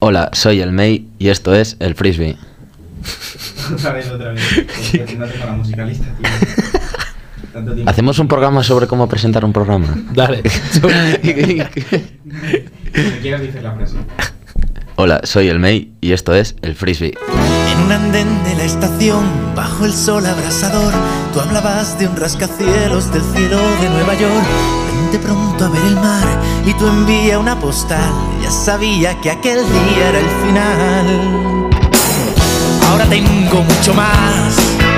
Hola, soy el May y esto es el Frisbee. Otra vez. No tengo la música lista, tío. ¿Hacemos un programa sobre cómo presentar un programa? Dale. Cuando quieras dices la frase. Hola, soy el May y esto es el Frisbee. En un andén de la estación, bajo el sol abrasador, tú hablabas de un rascacielos del cielo de Nueva York. Vente pronto a ver el mar y tú envía una postal. Ya sabía que aquel día era el final. Ahora tengo mucho más.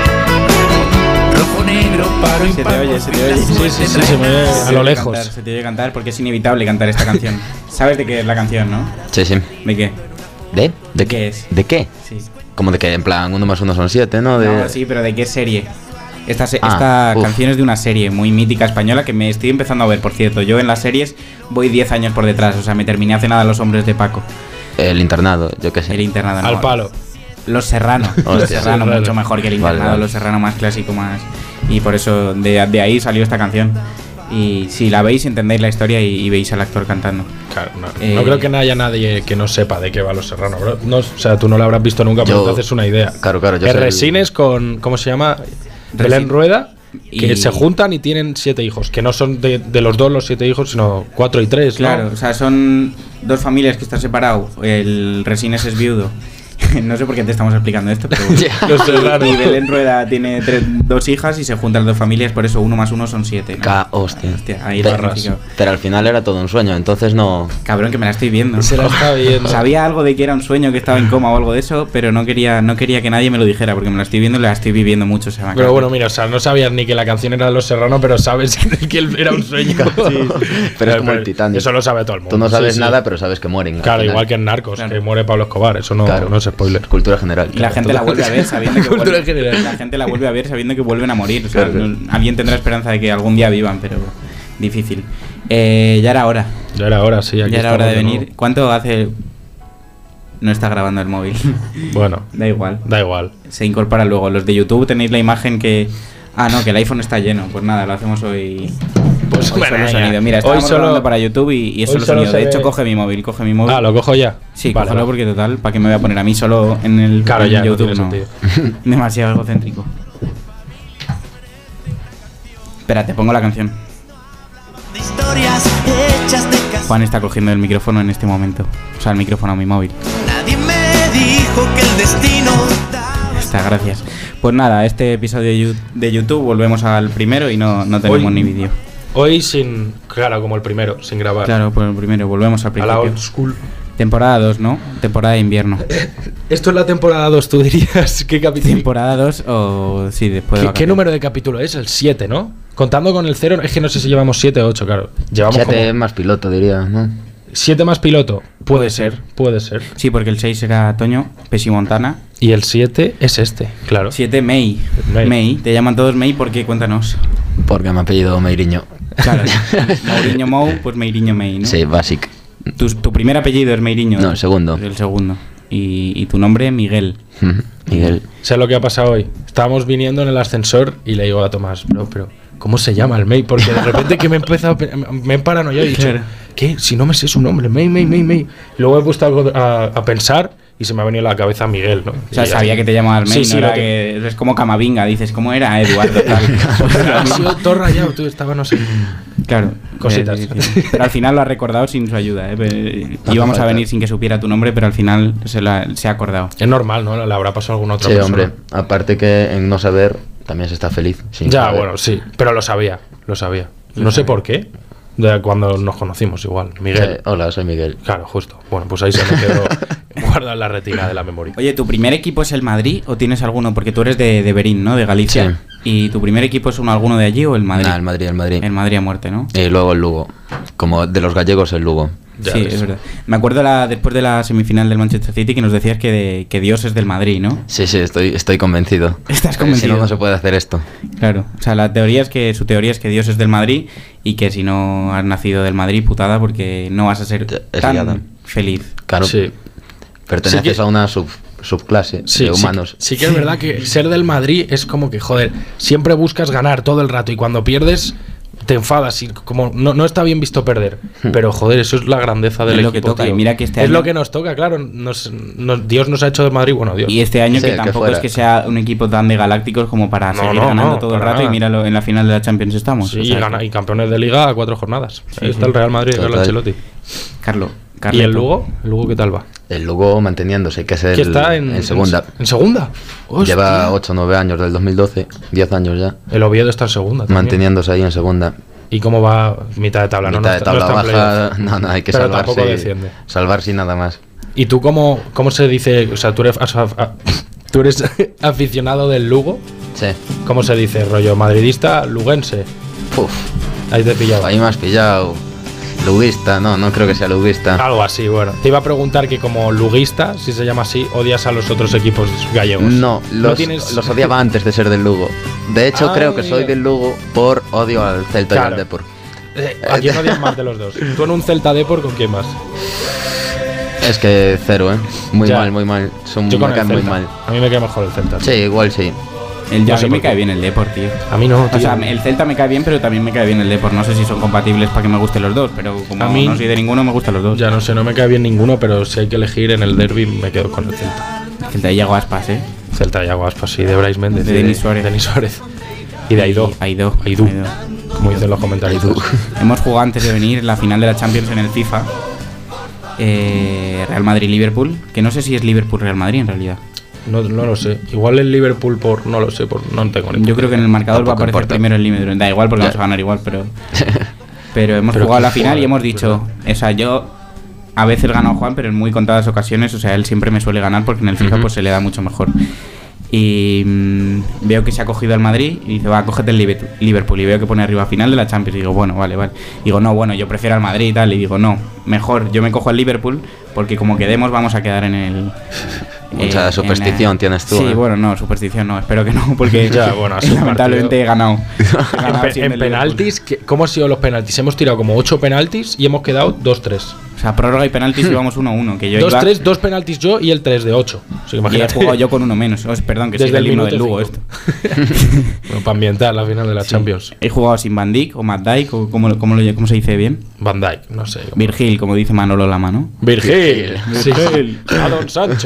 Rojo, negro, paro, Se te impar. oye. Sí, se me ve a lo lejos. Se te oye cantar porque es inevitable cantar esta canción. ¿Sabes de qué es la canción, no? Sí, sí. ¿De qué? ¿De qué es? ¿De qué? Sí. Como de que en plan 1 más 1 son 7, ¿no? No, sí, pero ¿de qué serie? Esta uf. canción es de una serie muy mítica española que me estoy empezando a ver, por cierto. Yo en las series voy 10 años por detrás, o sea, me terminé hace nada Los Hombres de Paco. El internado, yo qué sé. El internado, no. Al palo. Los Serrano. Hostia, Los Serrano, sí, mucho mejor que el internado. Vale. Los Serrano más clásico, más. Y por eso de ahí salió esta canción. Y si la veis, entendéis la historia y veis al actor cantando. Claro, no creo que haya nadie que no sepa de qué va Los Serrano, bro. No, o sea, tú no lo habrás visto nunca, pero Yo- te haces una idea. Claro, yo Es sé Resines con, ¿cómo se llama? Belén Rueda, que Y- se juntan y tienen 7 hijos. Que no son de los dos los 7 hijos, sino 4 y 3, Claro, ¿no? o sea, son dos familias que están separados. El Resines es viudo. No sé por qué te estamos explicando esto, pero Los Serrano. y Belén Rueda tiene 2 hijas y se juntan 2 familias, por eso 1 más 1 son 7, ¿no? Hostia. Hostia, ahí lo he Pero, significado. pero al final era todo un sueño, entonces no. Cabrón, que me la estoy viendo. Se la está viendo. Sabía algo de que era un sueño, que estaba en coma o algo de eso, pero no quería que nadie me lo dijera, porque me la estoy viendo y la estoy viviendo mucho. O sea, me Pero acaba- bueno, mira, o sea, no sabías ni que la canción era de Los Serrano, pero sabes que era un sueño. Pero es como el Titanic. Eso lo sabe todo el mundo. Tú no sabes Sí, sí. nada, pero sabes que mueren. al Claro, final. igual que en Narcos, Claro. que muere Pablo Escobar. Eso no, Claro. no es spoiler. Cultura general. Y la gente la vuelve a ver sabiendo que Cultura vuelven, general. la gente la vuelve a ver sabiendo que vuelven a morir. O sea, Claro. alguien tendrá esperanza de que algún día vivan, pero difícil. Ya era hora. Ya era hora, sí. Aquí Ya era hora de estamos venir. nuevo. ¿Cuánto hace? No está grabando el móvil. Bueno, Da igual. da igual. Se incorpora luego. Los de YouTube tenéis la imagen que... Ah, no, que el iPhone está lleno. Pues nada, lo hacemos hoy. Pues Hoy bueno, solo ya. sonido. Mira, Hoy estábamos solo- grabando para YouTube y es hoy solo solo sonido. se De hecho, ve- coge mi móvil. Ah, ¿lo cojo ya? Sí, Vale, cógelo va. porque total, ¿para qué me voy a poner a mí solo en el Claro, en ya, no YouTube? tiene sentido. Demasiado egocéntrico. Espera, te pongo la canción. De historias hechas de casa. Juan está cogiendo el micrófono en este momento. O sea, el micrófono a mi móvil. Nadie me dijo que el destino Está, gracias. Pues nada, este episodio de YouTube volvemos al primero y no tenemos Hoy- ni vídeo. Hoy sin... Claro, como el primero, sin grabar. Claro, pues el primero, volvemos al A la principio. old school. Temporada 2, ¿no? Temporada de invierno. Esto es la temporada 2, tú dirías. ¿Qué capítulo? Temporada 2 o... Sí, después de ¿Qué vacaciones. número de capítulo es? El 7, ¿no? Contando con el 0, es que no sé si llevamos 7 o 8, claro. Llevamos 7 como más piloto, diría, ¿no? 7 más piloto. Puede ser, puede ser. Sí, porque el 6 era Toño, Pesimontana. Y el 7 es este, claro. 7, May. May. May. Te llaman todos May porque cuéntanos. Porque me ha apellido Meiriño. Claro. Mauriño Mou, pues Meiriño May, ¿no? Sí, basic. Tu primer apellido es Meiriño. No, el segundo. El segundo. Y tu nombre, Miguel. Miguel. ¿Sabes lo que ha pasado hoy? Estábamos viniendo en el ascensor y le digo a Tomás, bro, pero ¿cómo se llama el May? Porque de repente que me he paranoiado y he dicho, Claro. ¿qué? Si no me sé su nombre, May. Luego he puesto a pensar y se me ha venido a la cabeza Miguel, ¿no? O sea, Y sabía que te llamabas May, Sí, sí, no era lo que es como Camavinga, dices, ¿cómo era Eduardo? Tal. Ha sido todo rayado, tú estabas, no sé. Claro, Cositas. sí. Pero al final lo ha recordado sin su ayuda. Íbamos a falta. venir sin que supiera tu nombre, pero al final se ha acordado. Es normal, ¿no? Le habrá pasado a alguna otra Sí, persona. hombre. Aparte que en no saber también se está feliz. sin Ya, saber. bueno, sí, pero lo sabía. No sé por qué, de cuando nos conocimos igual. Miguel. Sí, hola, soy Miguel. Claro, justo. Bueno, pues ahí se me quedó guardado en la retina de la memoria. Oye, ¿tu primer equipo es el Madrid o tienes alguno? Porque tú eres de Berín, ¿no? De Galicia. Sí. ¿Y tu primer equipo es alguno de allí o el Madrid? Nah, el Madrid, el Madrid. El Madrid a muerte, ¿no? Y luego el Lugo. Como de los gallegos, el Lugo. Ya Sí, ves. es verdad. Me acuerdo después de la semifinal del Manchester City que nos decías que Dios es del Madrid, ¿no? Sí, estoy convencido. Estás Si convencido. no, no se puede hacer esto. Claro. O sea, su teoría es que Dios es del Madrid y que si no has nacido del Madrid, putada, porque no vas a ser Es tan liada. feliz. Claro, Sí. perteneces Sí que- a una subclase Sí, de humanos. Sí que es verdad que ser del Madrid es como que, joder, siempre buscas ganar todo el rato y cuando pierdes, te enfadas y como no está bien visto perder. Pero joder, eso es la grandeza del Es equipo. lo que toca, tío. y mira que este es año- lo que nos toca, claro. Dios nos ha hecho de Madrid, bueno, Dios. Y este año Sí, que que tampoco fuera. es que sea un equipo tan de galácticos como para No, seguir no, ganando no, todo el para rato. nada. Y míralo, en la final de la Champions estamos. Sí, o sea y que- campeones de Liga a 4 jornadas. Ahí está sí. el Real Madrid, Carlo Total. Ancelotti. Carlo, ¿Y el Lugo? ¿El Lugo qué tal va? El Lugo manteniéndose, que es Que está en segunda. ¿En segunda? Hostia. Lleva 8 o 9 años, del 2012, 10 años ya. El Oviedo está en segunda también. Manteniéndose ahí en segunda. ¿Y cómo va mitad de tabla? Mitad no de está- tabla no está en baja, playoff. no, hay que Pero salvarse. tampoco desciende. Salvarse y nada más. ¿Y tú cómo se dice? O sea, tú eres aficionado del Lugo. Sí. ¿Cómo se dice? Rollo madridista, luguense. Uf, Ahí te he pillado. ahí me has pillado. Luguista, no creo que sea luguista. Algo así, bueno. Te iba a preguntar que como luguista, si se llama así, odias a los otros equipos gallegos. No, los tienes- odiaba antes de ser del Lugo. De hecho, Ah, creo que soy mira. del Lugo por odio al Celta y Claro. al Depor. ¿A quién odias más de los dos? ¿Tú en un Celta Depor con quién más? Es que cero, ¿eh? Muy Ya. mal, muy mal. Yo con Me el caen muy Celta. mal. A mí me cae mejor el Celta. Sí, igual sí. No A sé mí por me cae qué. bien el Depor, tío. A mí no, tío. O sea, el Celta me cae bien, pero también me cae bien el Depor. No sé si son compatibles para que me gusten los dos, pero como A mí- no soy de ninguno, me gustan los dos. Ya no sé, no me cae bien ninguno, pero si hay que elegir en el derby me quedo con el Celta. El Celta de Iago Aspas, ¿eh? Celta y Aguaspas, sí, de Brais Méndez. De y Denis Suárez. Denis Suárez. Y de Aidó. Aidó. Como dicen los comentarios. Hemos jugado antes de venir la final de la Champions en el FIFA. Real Madrid-Liverpool. Que no sé si es Liverpool-Real Madrid en realidad. No lo sé. Igual el Liverpool no lo sé, no tengo ni Yo creo que en el marcador va a Tampoco aparecer importa. primero el Liverpool. Da igual porque Ya. vamos a ganar igual, pero. Pero hemos Pero jugado que la final y joder, hemos dicho. O sea, yo. A veces gano a Juan, pero en muy contadas ocasiones. O sea, él siempre me suele ganar porque en el FIFA Ujú. pues se le da mucho mejor. Y veo que se ha cogido al Madrid y dice, va, cógete el Liverpool. Y veo que pone arriba final de la Champions. Y digo, bueno, vale. Digo, no, bueno, yo prefiero al Madrid y tal. Y digo, no, mejor yo me cojo al Liverpool porque como quedemos vamos a quedar en el... Mucha en superstición tienes tú, Sí, ¿eh? bueno, no, superstición no, espero que no, porque Ya, bueno, así un lamentablemente partido. he ganado. He ganado En siendo el penaltis, ¿cómo han sido los penaltis? Hemos tirado como 8 penaltis y hemos quedado 2-3. Liverpool. O sea, prórroga y penaltis íbamos 1-1, que yo 2-3, 2 penaltis yo y el 3 de 8. O sea, y he imagínate. jugado yo con uno menos. Perdón, que soy Desde del el himno minuto del Lugo 5. esto. Bueno, para ambientar la final de la Champions. He jugado sin Van Dijk o Matt Dijk, o ¿cómo se dice bien? Van Dijk, no sé. Virgil, como dice Manolo Lama, ¿no? Virgil. Sí. A Don Sancho.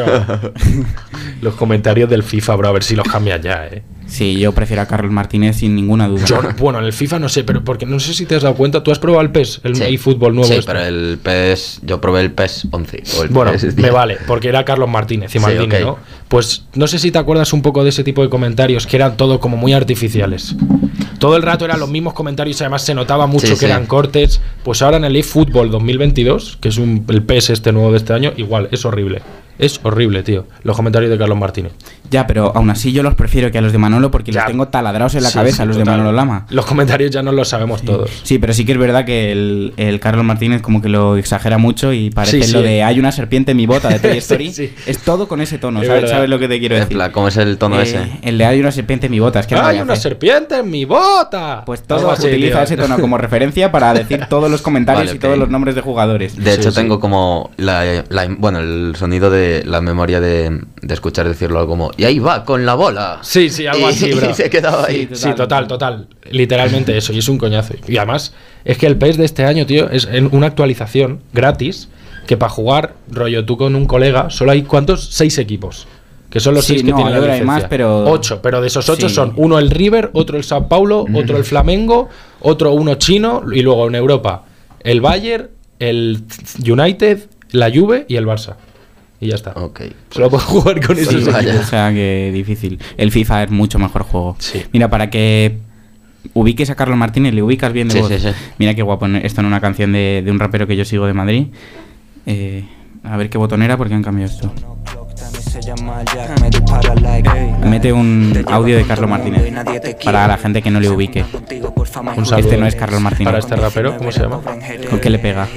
Los comentarios del FIFA, bro, a ver si los cambian ya, Sí, yo prefiero a Carlos Martínez sin ninguna duda. Bueno, en el FIFA no sé, pero porque no sé si te has dado cuenta, ¿tú has probado el PES, el Sí. eFootball nuevo? Sí, este? pero el PES, yo probé el PES 11. o el Bueno, PES me 10. vale, porque era Carlos Martínez y Sí, Martínez, ok. ¿no? Pues no sé si te acuerdas un poco de ese tipo de comentarios que eran todo como muy artificiales. Todo el rato eran los mismos comentarios, además se notaba mucho Sí, que sí. eran cortes. Pues ahora en el eFootball 2022, que es el PES este nuevo de este año, igual, es horrible. Es horrible, tío, los comentarios de Carlos Martínez. Ya, pero aún así yo los prefiero que a los de Manolo porque Ya. los tengo taladrados en la Sí, cabeza, sí, los total. de Manolo Lama. Los comentarios ya no los sabemos todos. Sí, pero sí que es verdad que el Carlos Martínez como que lo exagera mucho y parece Sí, sí. lo de hay una serpiente en mi bota de Toy Story. Sí, sí. Es todo con ese tono, Es ¿sabes? verdad. ¿Sabes lo que te quiero En decir? plan, ¿cómo es el tono ese? El de hay una serpiente en mi bota, es que no ¡Hay voy a una hacer. serpiente en mi bota! Pues todo Algo así, utiliza tío. ese tono como referencia para decir todos los comentarios Vale, y ok. todos los nombres de jugadores. De hecho, sí. tengo como bueno, el sonido de la memoria de escuchar decirlo algo como, y ahí va con la bola. Sí, sí, algo Y- así, bro. Y se quedaba ahí. Sí, total. Literalmente eso, y es un coñazo. Y además, es que el PES de este año, tío, es en una actualización gratis que para jugar, rollo, tú con un colega, solo hay ¿cuántos? 6 equipos. Que son los Sí, 6 que no, tienen yo la creo que hay licencia. más, pero- 8, pero de esos 8 Sí. son uno el River, otro el Sao Paulo, otro el Flamengo, otro uno chino, y luego en Europa el Bayern, el United, la Juve y el Barça. Y ya está. Ok. Solo puedo jugar con esos vaya. equipos. O sea que difícil. El FIFA es mucho mejor juego. Sí. Mira, para que ubiques a Carlos Martínez, le ubicas bien de Sí, voz. sí, sí. Mira qué guapo esto en una canción de un rapero que yo sigo de Madrid. A ver qué botón era porque han cambiado esto. Mete un audio de Carlos Martínez para la gente que no le ubique. Un saludo Este no es Carlos Martínez. para este rapero, ¿cómo se llama? ¿Con qué le pega?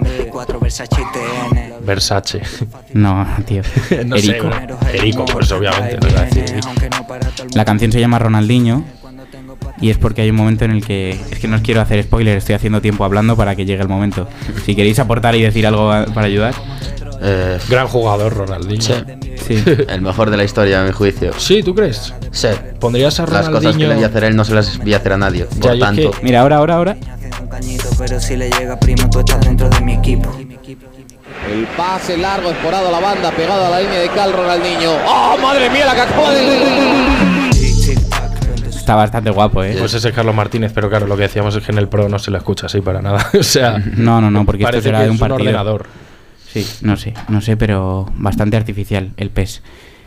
Versace. No, tío. No sé, Erico. bro. Erico, pues obviamente. No iba a decir Erico. La canción se llama Ronaldinho y es porque hay un momento en el que... Es que no os quiero hacer spoiler, estoy haciendo tiempo hablando para que llegue el momento. Si queréis aportar y decir algo para ayudar. Gran jugador, Ronaldinho. Sí. Sí. El mejor de la historia, a mi juicio. Sí, ¿tú crees? Sí. ¿Pondrías a Las Ronaldinho? cosas que le voy a hacer a él no se las voy a hacer a nadie. Ya, Por y es tanto, que- Mira, ahora. Un cañito, pero si le llega primo, tú estás dentro de mi equipo. El pase largo, esporado a la banda, pegado a la línea de cal, Ronaldinho. ¡Oh, madre mía, la que acaba de... Está bastante guapo, Pues ese es Carlos Martínez, pero claro, lo que decíamos es que en el Pro no se le escucha así para nada. O sea, No, porque esto parece será que de un es un partido. ordenador. Sí, no sé, pero bastante artificial el PES.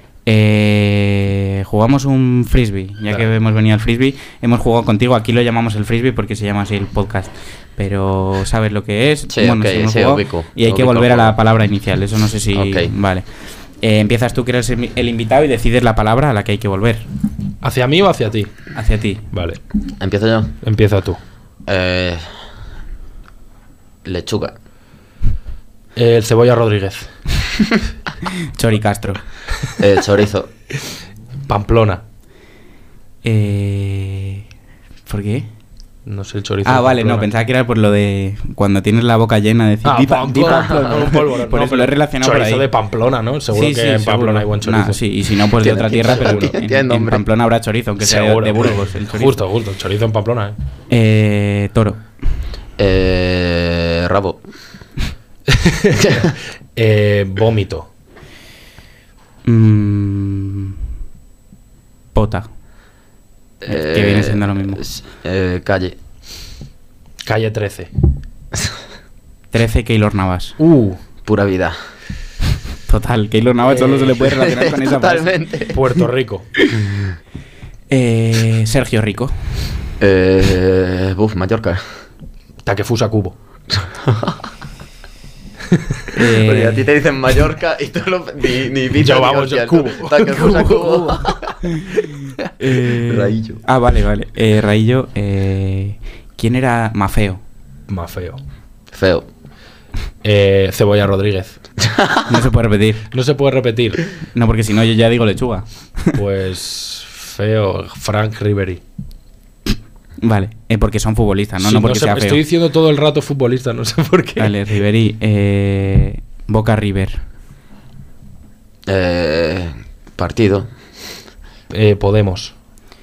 Jugamos un frisbee, ya Claro. que hemos venido al frisbee, hemos jugado contigo, aquí lo llamamos el frisbee porque se llama así el podcast, pero sabes lo que es. Sí, ok, hemos sí, jugado ubico, y hay que ubico el volver a la juego. palabra inicial, eso no sé si... Ok. Vale. Empiezas tú que eres el invitado y decides la palabra a la que hay que volver. ¿Hacia mí o hacia ti? Hacia ti. Vale, empiezo yo. empieza tú. Lechuga. El Cebolla Rodríguez. Chori Castro. Chorizo. Pamplona. ¿Por qué? No sé, el chorizo. Ah, de vale, no, Pamplona. pensaba que era por lo de cuando tienes la boca llena de decir Ah, "Di Pamplona, Pamplona". con un polvorón. Por No, eso lo he relacionado chorizo por ahí. de Pamplona, ¿no? Seguro Sí, que sí, en Pamplona seguro. hay buen chorizo. Nah, sí, y si no, pues de Tiene- otra tierra, pero tiene en nombre. Pamplona habrá chorizo, aunque sea Seguro. de Burgos. El chorizo. Justo, chorizo en Pamplona, Toro. Rabo. Vómito. Pota. Que viene siendo lo mismo. Calle. Calle 13. 13, Keylor Navas. Pura vida. Total, Keylor Navas solo se le puede relacionar con esa frase. Totalmente. Puerto Rico. Sergio Rico. Mallorca. Takefusa Cubo. Porque a ti te dicen Mallorca y tú ni pizza Yo, ni vamos, hostias, Cubo. tú, Takefusa Cubo. Raillo. Ah, vale. Raillo. ¿Quién era Mafeo? Más feo. Feo. Cebolla Rodríguez. No se puede repetir. No se puede repetir. No, porque si no, yo ya digo lechuga. Pues feo. Frank Ribery. Vale, porque son futbolistas, ¿no? Sí, No porque sé, sea feo. estoy diciendo todo el rato futbolista, no sé por qué. Vale, Ribery. Boca River. Partido. Podemos.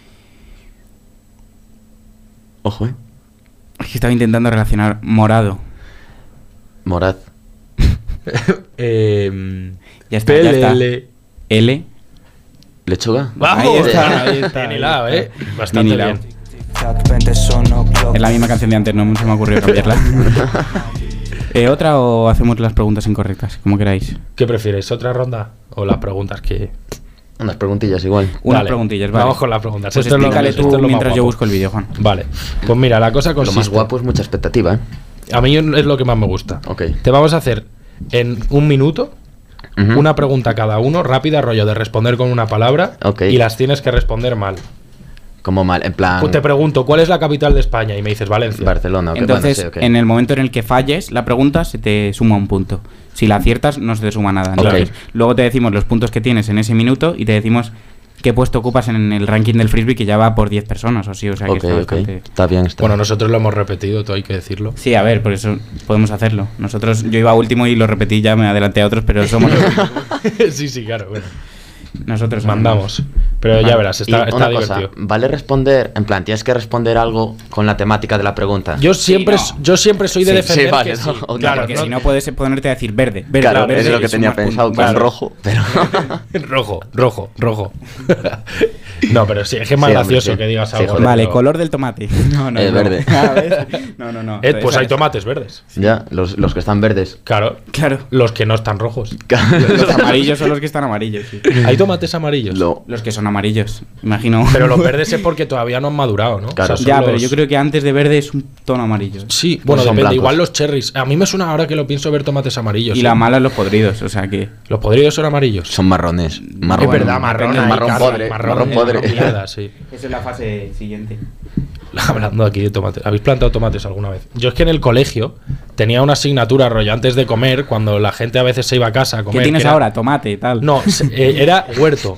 Ojo, Es que estaba intentando relacionar morado. Morad. Ya está, ya está. PLL. L. Lechuga. ¡Vamos! Ahí está, ahí está, Bien ahí hilado, está. Bastante Bien hilado. bien. Es la misma canción de antes, no se me ha ocurrido cambiarla. ¿Otra o hacemos las preguntas incorrectas? Como queráis. ¿Qué prefieres? ¿Otra ronda? ¿O las preguntas que...? Unas preguntillas igual. Unas Dale, preguntillas, vale. Vamos con las preguntas. Pues Esto es lo- explícale esto tú es lo más mientras yo guapo. busco el vídeo, Juan. Vale. Pues mira, la cosa Lo consiste... más guapo es mucha expectativa, ¿eh? A mí es lo que más me gusta. Ok. Te vamos a hacer en un minuto Ujú. una pregunta cada uno, rápida, rollo de responder con una palabra. Ok. Y las tienes que responder mal. Como mal, en plan. Te pregunto, ¿cuál es la capital de España? Y me dices Valencia. Barcelona, ok. Entonces, Bueno, sí, ok. en el momento en el que falles la pregunta, se te suma un punto. Si la aciertas, no se te suma nada. Entonces, Ok. luego te decimos los puntos que tienes en ese minuto y te decimos qué puesto ocupas en el ranking del frisbee, que ya va por 10 personas o sí. O sea que Ok, está ok. bastante... Está bien, está. Bueno, nosotros lo hemos repetido, todo hay que decirlo. Sí, a ver, por eso podemos hacerlo. Nosotros, yo iba último y lo repetí, ya me adelanté a otros, pero somos Sí, claro. Bueno. nosotros. Mandamos. Pero Vale. ya verás, Y está una divertido. cosa, vale responder, en plan, tienes que responder algo con la temática de la pregunta. Yo siempre, Sí, no. yo siempre soy de Sí, defender sí, vale, que sí. no, ok. Claro, Porque no- si no puedes ponerte a decir verde. Verde, Claro, verde, es lo que y tenía sumas pensado, puntos. con Vale. rojo, pero. rojo. No, pero sí, es que es más Sí, hombre, gracioso sí. que digas Sí, algo. joder. Vale, pero- color del tomate. No, Verde. Ah, ¿ves? No. Pues Esa- hay tomates verdes. Ya, los que están verdes. Claro. Claro. Los que no están rojos. Los amarillos son los que están amarillos. Sí. Hay tomates amarillos. Lo- Los que son amarillos, imagino. Pero los verdes es porque todavía no han madurado, ¿no? Claro. son Ya, los- pero yo creo que antes de verde es un tono amarillo. Sí, bueno, son depende. blancos. Igual los cherries. A mí me suena ahora que lo pienso ver tomates amarillos. Y la mala es los podridos, o sea que. Los podridos son amarillos. Son marrones. Marrón, Es verdad, marrón. Marrón, ahí, marrón Carlos, podre. Marrón, Marrón podre. mierda, sí. Esa es la fase siguiente. Hablando aquí de tomates. ¿Habéis plantado tomates alguna vez? Yo es que en el colegio tenía una asignatura rollo antes de comer, cuando la gente a veces se iba a casa a comer. ¿Qué tienes que era- ahora? Tomate y tal. No, era huerto.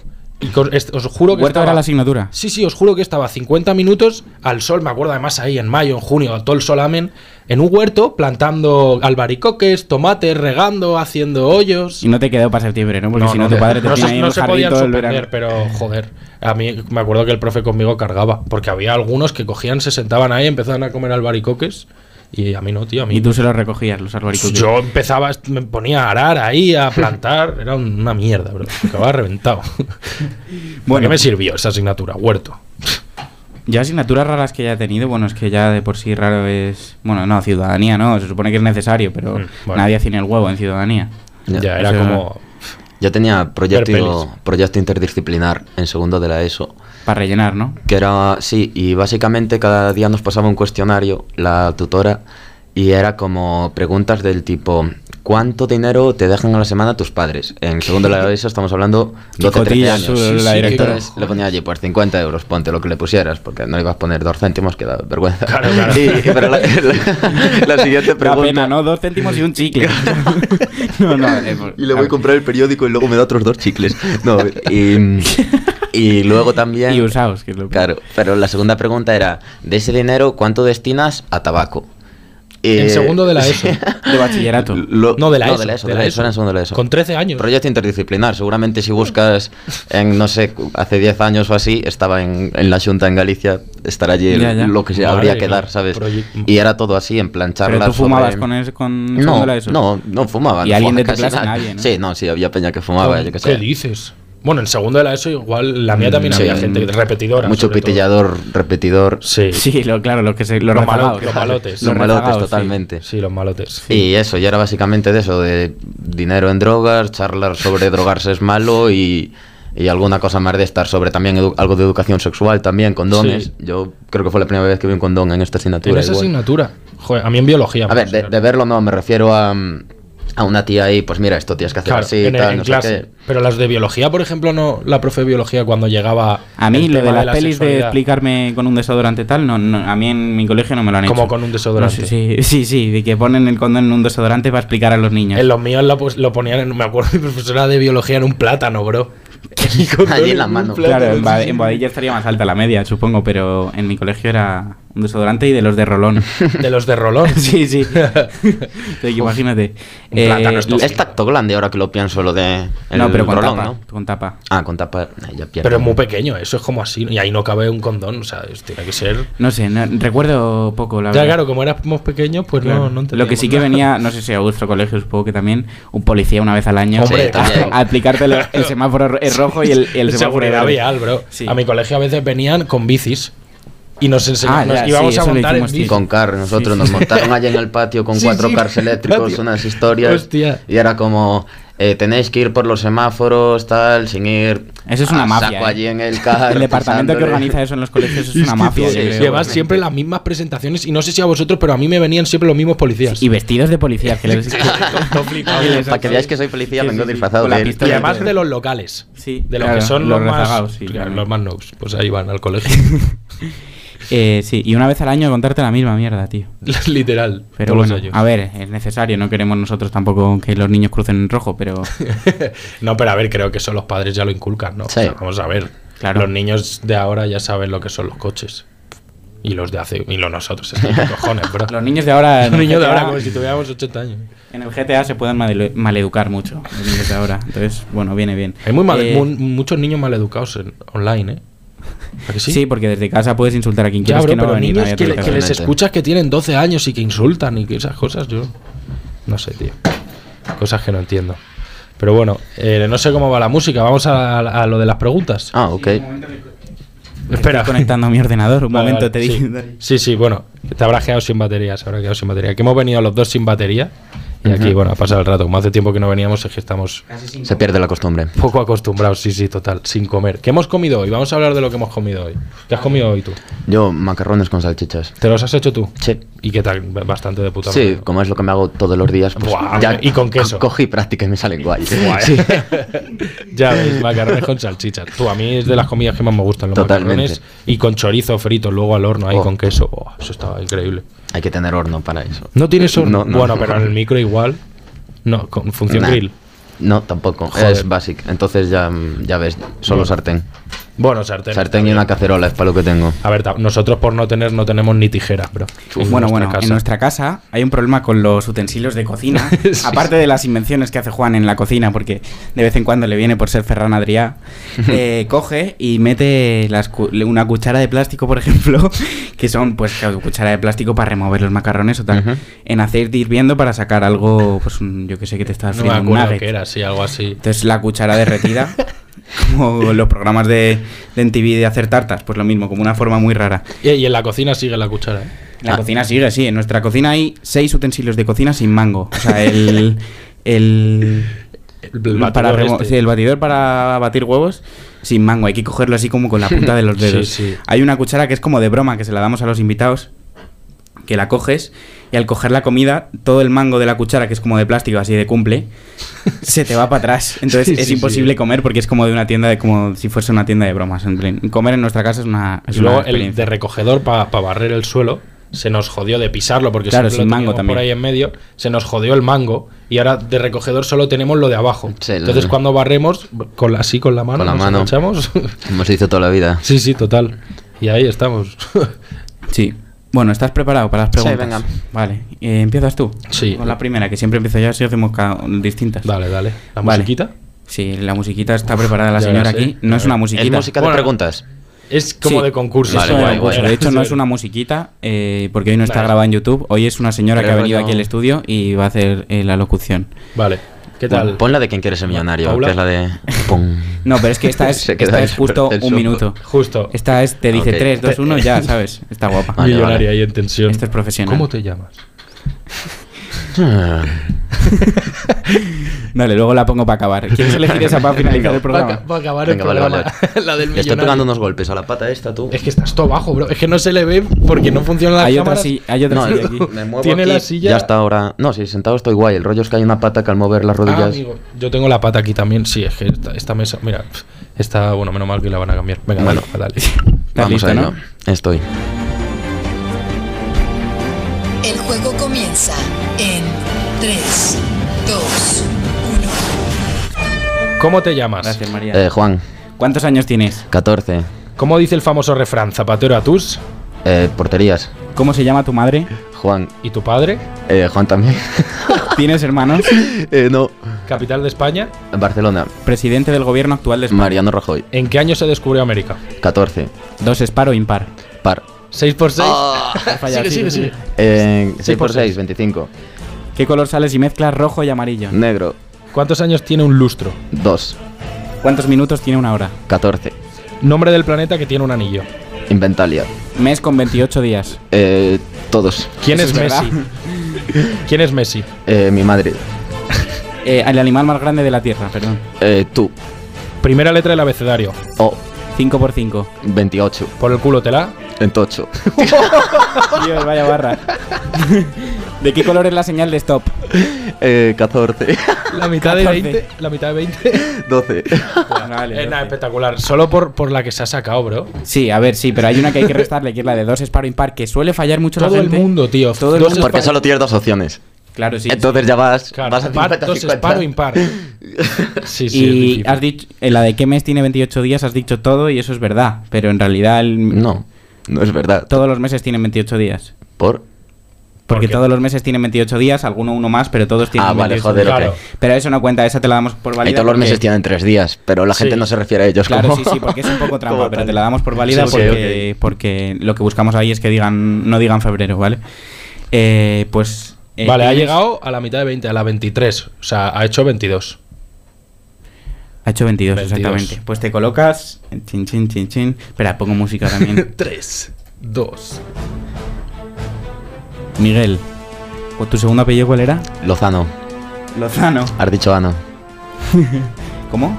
Y os juro que Huerto era la asignatura. Sí, os juro que estaba 50 minutos al sol, me acuerdo además ahí en mayo, en junio, todo el sol amén, en un huerto, plantando albaricoques, tomates, regando, haciendo hoyos. Y no te quedó para septiembre, ¿no? Porque si no, tu padre te tiene ahí en no el se podían jardín todo el verano. suspender, pero joder, a mí me acuerdo que el profe conmigo cargaba, porque había algunos que cogían, se sentaban ahí, empezaban a comer albaricoques. Y a mí no, tío, a mí Y tú se los recogías, los albaricoques. yo empezaba, me ponía a arar ahí, a plantar. Era una mierda, bro. Acababa reventado. Bueno, ¿qué me sirvió esa asignatura? Huerto. Yo asignaturas raras que ya he tenido, bueno, es que ya de por sí raro es... Bueno, no, ciudadanía no, se supone que es necesario, pero bueno. nadie tiene el huevo en ciudadanía. Ya era Eso- como... Yo tenía Ver pelis. proyecto interdisciplinar en segundo de la ESO, Para rellenar, ¿no? que era, sí, y básicamente cada día nos pasaba un cuestionario, la tutora, y era como preguntas del tipo, ¿cuánto dinero te dejan a la semana tus padres? En segundo de la ESO estamos hablando 12, 13 cotillas, años. la directora. Entonces le ponía allí, pues 50 euros, ponte lo que le pusieras, porque no ibas a poner 2 céntimos, que da vergüenza. Claro. Pero la siguiente Da pregunta... pena, ¿no? 2 céntimos y un chicle. no, Y le voy a comprar el periódico y luego me da otros 2 chicles. No, y luego también... Y usados, que es lo peor. Claro, pero la segunda pregunta era, de ese dinero, ¿cuánto destinas a tabaco? En segundo de la ESO. De bachillerato. No, de la ESO. De la ESO, era en segundo de la ESO. Con 13 años. Proyecto interdisciplinar. Seguramente si buscas en, no sé, hace 10 años o así, estaba en la Xunta en Galicia, estará allí Ya. lo que se Madre habría que mía. dar, ¿sabes? Y era todo así, en plan charlas. ¿Pero tú fumabas sobre- con segundo de la ESO? No fumaba. ¿Y no alguien fumaba de tu casi clase? nadie. Nadie, ¿no? Sí, no, sí, había peña que fumaba, yo qué sé. ¿Qué dices? Bueno, en segundo de la ESO igual, la mía también Sí, había gente repetidora. Mucho sobre todo. pitillador, repetidor. Sí. Sí, claro, los Los rezagados. los malotes. Los malotes, rezagados, sí. totalmente. Sí, los malotes. Y eso, ya era básicamente de eso, de dinero en drogas, charlar sobre drogarse es malo y alguna cosa más de estar sobre también algo de educación sexual, también condones. Sí. Yo creo que fue la primera vez que vi un condón en esta asignatura. En esa igual. asignatura. Joder, a mí en biología. A ver, de verlo no, me refiero a una tía ahí, pues mira, esto tienes que hacer Claro, así, en tal, no sé clase. qué. Pero las de biología, por ejemplo, no, la profe de biología cuando llegaba. A mí el lo de tema las pelis de sexualidad, explicarme con un desodorante tal, no, a mí en mi colegio no me lo han hecho. Como con un desodorante. No sé, sí, de que ponen el condón en un desodorante para explicar a los niños. En los míos lo ponían, me acuerdo, mi profesora de biología en un plátano, bro. El condón Allí en la un mano. plátano, Claro, sí, sí. en Boadilla estaría más alta la media, supongo, pero en mi colegio era un desodorante y de los de rolón. De los de rolón. sí. Imagínate. Un plátano esto. Es tacto grande ahora que lo pienso, lo de. No, pero con rolón, tapa. ¿no? Con tapa. Ah, con tapa. Ya pierdo. Pero es muy pequeño, eso es como así. Y ahí no cabe un condón, o sea, tiene que ser. No sé, recuerdo poco, la Ya, verdad. claro, como éramos pequeños, pues Claro. no Lo que sí que entendíamos nada. venía, no sé si a vuestro colegio, supongo que también, un policía una vez al año Hombre, también. a explicarte el semáforo es rojo y el semáforo Seguridad verde. vial, bro. Sí. A mi colegio a veces venían con bicis y nos enseñaban, Ah, ya, nos íbamos sí, a eso lo montar en hicimos, bici. sí. Con car, nosotros nos montaron allí en el patio con Sí, 4 sí. cars eléctricos, Patio. unas historias. Hostia. Y era como, tenéis que ir por los semáforos, tal, sin ir. Eso es una a mafia, saco ¿eh? allí en el car. El departamento que pisándole. organiza eso en los colegios es una mafia. sí, yo sí, creo. Y además siempre las mismas presentaciones y no sé si a vosotros, pero a mí me venían siempre los mismos policías. Y vestidos de policías. Que les... Todo flipado. Para que veáis que soy policía, Sí, vengo sí, sí. disfrazado Con la de él. Y pistola. además de los locales. Sí, De los claro, que son los más rezagados, sí, claro, claro. los más noobs, pues ahí van al colegio. Sí, y una vez al año contarte la misma mierda, tío. Literal. Pero todos bueno, los años. a ver, es necesario, no queremos nosotros tampoco que los niños crucen en rojo, pero No, pero a ver, creo que eso los padres ya lo inculcan, ¿no? Sí. O sea, vamos a ver. Claro. Los niños de ahora ya saben lo que son los coches. Y los de hace. Y los nosotros, es que qué cojones, bro. los niños de ahora... Los en el niños de GTA ahora, como si tuviéramos 80 años. En el GTA se pueden maleducar mucho, los niños de ahora. Entonces, bueno, viene bien. Hay muchos niños maleducados online, ¿eh? ¿A que sí? Sí, porque desde casa puedes insultar a quien Ya, quieras, bro, que no va pero a venir niños nadie a que, tu que casa. les Totalmente. escuchas que tienen 12 años y que insultan y que esas cosas, yo. No sé, tío. Cosas que no entiendo. Pero bueno, no sé cómo va la música. Vamos a lo de las preguntas. Ah, ok. Espera. Estoy conectando a mi ordenador, un Vale, momento, vale, te sí. digo. Sí, bueno, te habrás quedado sin batería, se habrá quedado sin batería. Que hemos venido los dos sin batería. Y aquí, bueno, a pasar el rato. Como hace tiempo que no veníamos, es que estamos Se pierde la costumbre. poco acostumbrados, sí, total, sin comer. ¿Qué hemos comido hoy? Vamos a hablar de lo que hemos comido hoy. ¿Qué has comido hoy tú? Yo, macarrones con salchichas. ¿Te los has hecho tú? Sí. ¿Y qué tal? Bastante de puta Sí, madre. como es lo que me hago todos los días, pues Buah, ya y con queso. Cogí práctica y me salen guay. Guay. Ya ves, macarrones con salchichas. Tú, a mí es de las comidas que más me gustan los Totalmente. macarrones. Y con chorizo frito, luego al horno ahí Oh. con queso. Oh, eso estaba increíble. Hay que tener horno para eso. ¿No tienes horno? No, no. Bueno, pero en el micro igual. No, con función Nah. grill. No, tampoco. Joder. Es basic. Entonces ya ves, solo Bueno. sartén. Bueno, sartén. Sartén y una cacerola es para lo que tengo. A ver, nosotros por no tenemos ni tijeras, bro. Bueno, casa. en nuestra casa hay un problema con los utensilios de cocina. Sí. Aparte de las invenciones que hace Juan en la cocina, porque de vez en cuando le viene por ser Ferran Adrià, coge y mete una cuchara de plástico, por ejemplo, que son, pues, claro, cuchara de plástico para remover los macarrones o tal, Ujú. en aceite hirviendo para sacar algo, pues, yo que sé que te estás No me friendo un acuerdo nugget. qué era, sí, algo así. Entonces la cuchara derretida, como los programas de MTV de hacer tartas, pues lo mismo, como una forma muy rara. Y en la cocina sigue la cuchara, ¿eh? En la cocina sigue, sí. En nuestra cocina hay 6 utensilios de cocina sin mango. O sea, el batidor sí, el batidor para batir huevos sin mango. Hay que cogerlo así como con la punta de los dedos. Sí, sí. Hay una cuchara que es como de broma, que se la damos a los invitados, que la coges y al coger la comida, todo el mango de la cuchara, que es como de plástico, así de cumple, se te va para atrás. Entonces Sí, es sí, imposible sí. comer porque es como de una tienda, como si fuese una tienda de bromas. En plan, comer en nuestra casa es una Y luego el experiencia. de recogedor para barrer el suelo se nos jodió de pisarlo porque Claro, siempre sin lo mango teníamos también. por ahí en medio, se nos jodió el mango y ahora de recogedor solo tenemos lo de abajo. Sí, Entonces cuando barremos así con la mano, Con la nos mano. agachamos. Como se hizo toda la vida. Sí, sí, total. Y ahí estamos. Sí. Bueno, ¿estás preparado para las preguntas? venga. Vale. ¿Empiezas tú? Sí. Con la primera, que siempre empiezo yo, así hacemos distintas. Dale, dale. ¿La Vale. musiquita? Sí, la musiquita está preparada la Ya señora sé. aquí. No es una musiquita. Es música de Bueno, preguntas. Es como Sí. de concurso. Vale, Eso guay, era guay. concurso. De hecho, no es una musiquita, porque hoy no está Vale. grabada en YouTube. Hoy es una señora que ha Pero venido rollo- aquí al estudio y va a hacer la locución. Vale. ¿Qué tal? Pon la de Quién quiere ser millonario, Paula. que es la de... Pum. No, pero es que esta es, Se queda esta ahí es justo el un sopo. minuto. Justo. Esta es, te dice Ok. 3, 2, 1, ya, ¿sabes? Está guapa. Vale, Millonaria vale. y en tensión. Esto es profesional. ¿Cómo te llamas? Dale, luego la pongo para acabar. ¿Quieres elegir esa para finalizar el programa? Va a acabar Venga, el vale, programa. vale. La del Le estoy millonario. pegando unos golpes a la pata esta, tú. Es que estás todo bajo, bro. Es que no se le ve porque no funcionan las Hay otra, cámaras. hay otra No, silla aquí. me muevo Tiene aquí, la silla- Ya está ahora... No, sí, sentado estoy guay. El rollo es que hay una pata que al mover las Ah, rodillas... amigo, yo tengo la pata aquí también. Sí, es que esta mesa, mira, está, bueno, menos mal que la van a cambiar. Venga, Bueno. dale. ¿Estás listo, a ello. no? Estoy. El juego comienza en 3, 2, 1. ¿Cómo te llamas? Gracias, María. Juan, ¿Cuántos años tienes? 14. ¿Cómo dice el famoso refrán? Zapatero a tus Porterías. ¿Cómo se llama tu madre? Juan. y tu padre. Juan también. ¿Tienes hermanos? No. Capital de España. Barcelona. Presidente del gobierno actual de España. Mariano Rajoy. ¿En qué año se descubrió América? 14. 2 es par o impar. Par. 6 por 6. Has fallado, sigue, sí, sigue, sí. sigue. 6 por por 6, seis. 25. ¿Qué color sale si mezclas rojo y amarillo? Negro. ¿Cuántos años tiene un lustro? 2. ¿Cuántos minutos tiene una hora? 14. Nombre del planeta que tiene un anillo. Inventalia. Mes con 28 días. Todos. ¿Quién Eso es es verdad. Messi? ¿Quién es Messi? Mi madre. El animal más grande de la Tierra, perdón. Tú. Primera letra del abecedario. O. 5 por 5. 28. Por el culo te la. En tocho. Dios, vaya barra. ¿De qué color es la señal de stop? 14. La mitad de 14. 20. La mitad de 20. 12. Vale, Nada, espectacular. Solo por la que se ha sacado, bro. Sí, a ver, sí, pero hay una que hay que restarle, que es la de 2 es par o impar, que suele fallar mucho Todo la el gente. mundo, tío. Todo el Dos mundo. Porque es solo tienes dos opciones. Claro, sí. Entonces ya vas, Claro, vas a par, 50, dos es 50. par o impar. Sí, sí. es Y difícil. has dicho, en la de qué mes tiene 28 días has dicho todo y eso es verdad, pero en realidad No, no es verdad. todos los meses tienen 28 días. ¿Por? Porque qué? todos los meses tienen 28 días, alguno uno más, pero todos tienen Ah, vale, 28 joder, días. Claro. ok. Pero eso no cuenta, esa te la damos por válida. Y todos los porque- meses tienen 3 días, pero la gente Sí. no se refiere a ellos Claro, como... sí, sí, porque es un poco trampa, como pero tal. te la damos por válida Sí, ok, porque lo que buscamos ahí es que digan no digan febrero, ¿vale? Pues... Vale, ha tienes- llegado a la mitad de 20, a la 23. O sea, ha hecho 22. Ha hecho 22, 22. exactamente. Pues te colocas... Chin, chin, chin, chin. Espera, pongo música también. 3, 2. Miguel. ¿O tu segundo apellido cuál era? Lozano. Lozano. Has dicho Ano. ¿Cómo?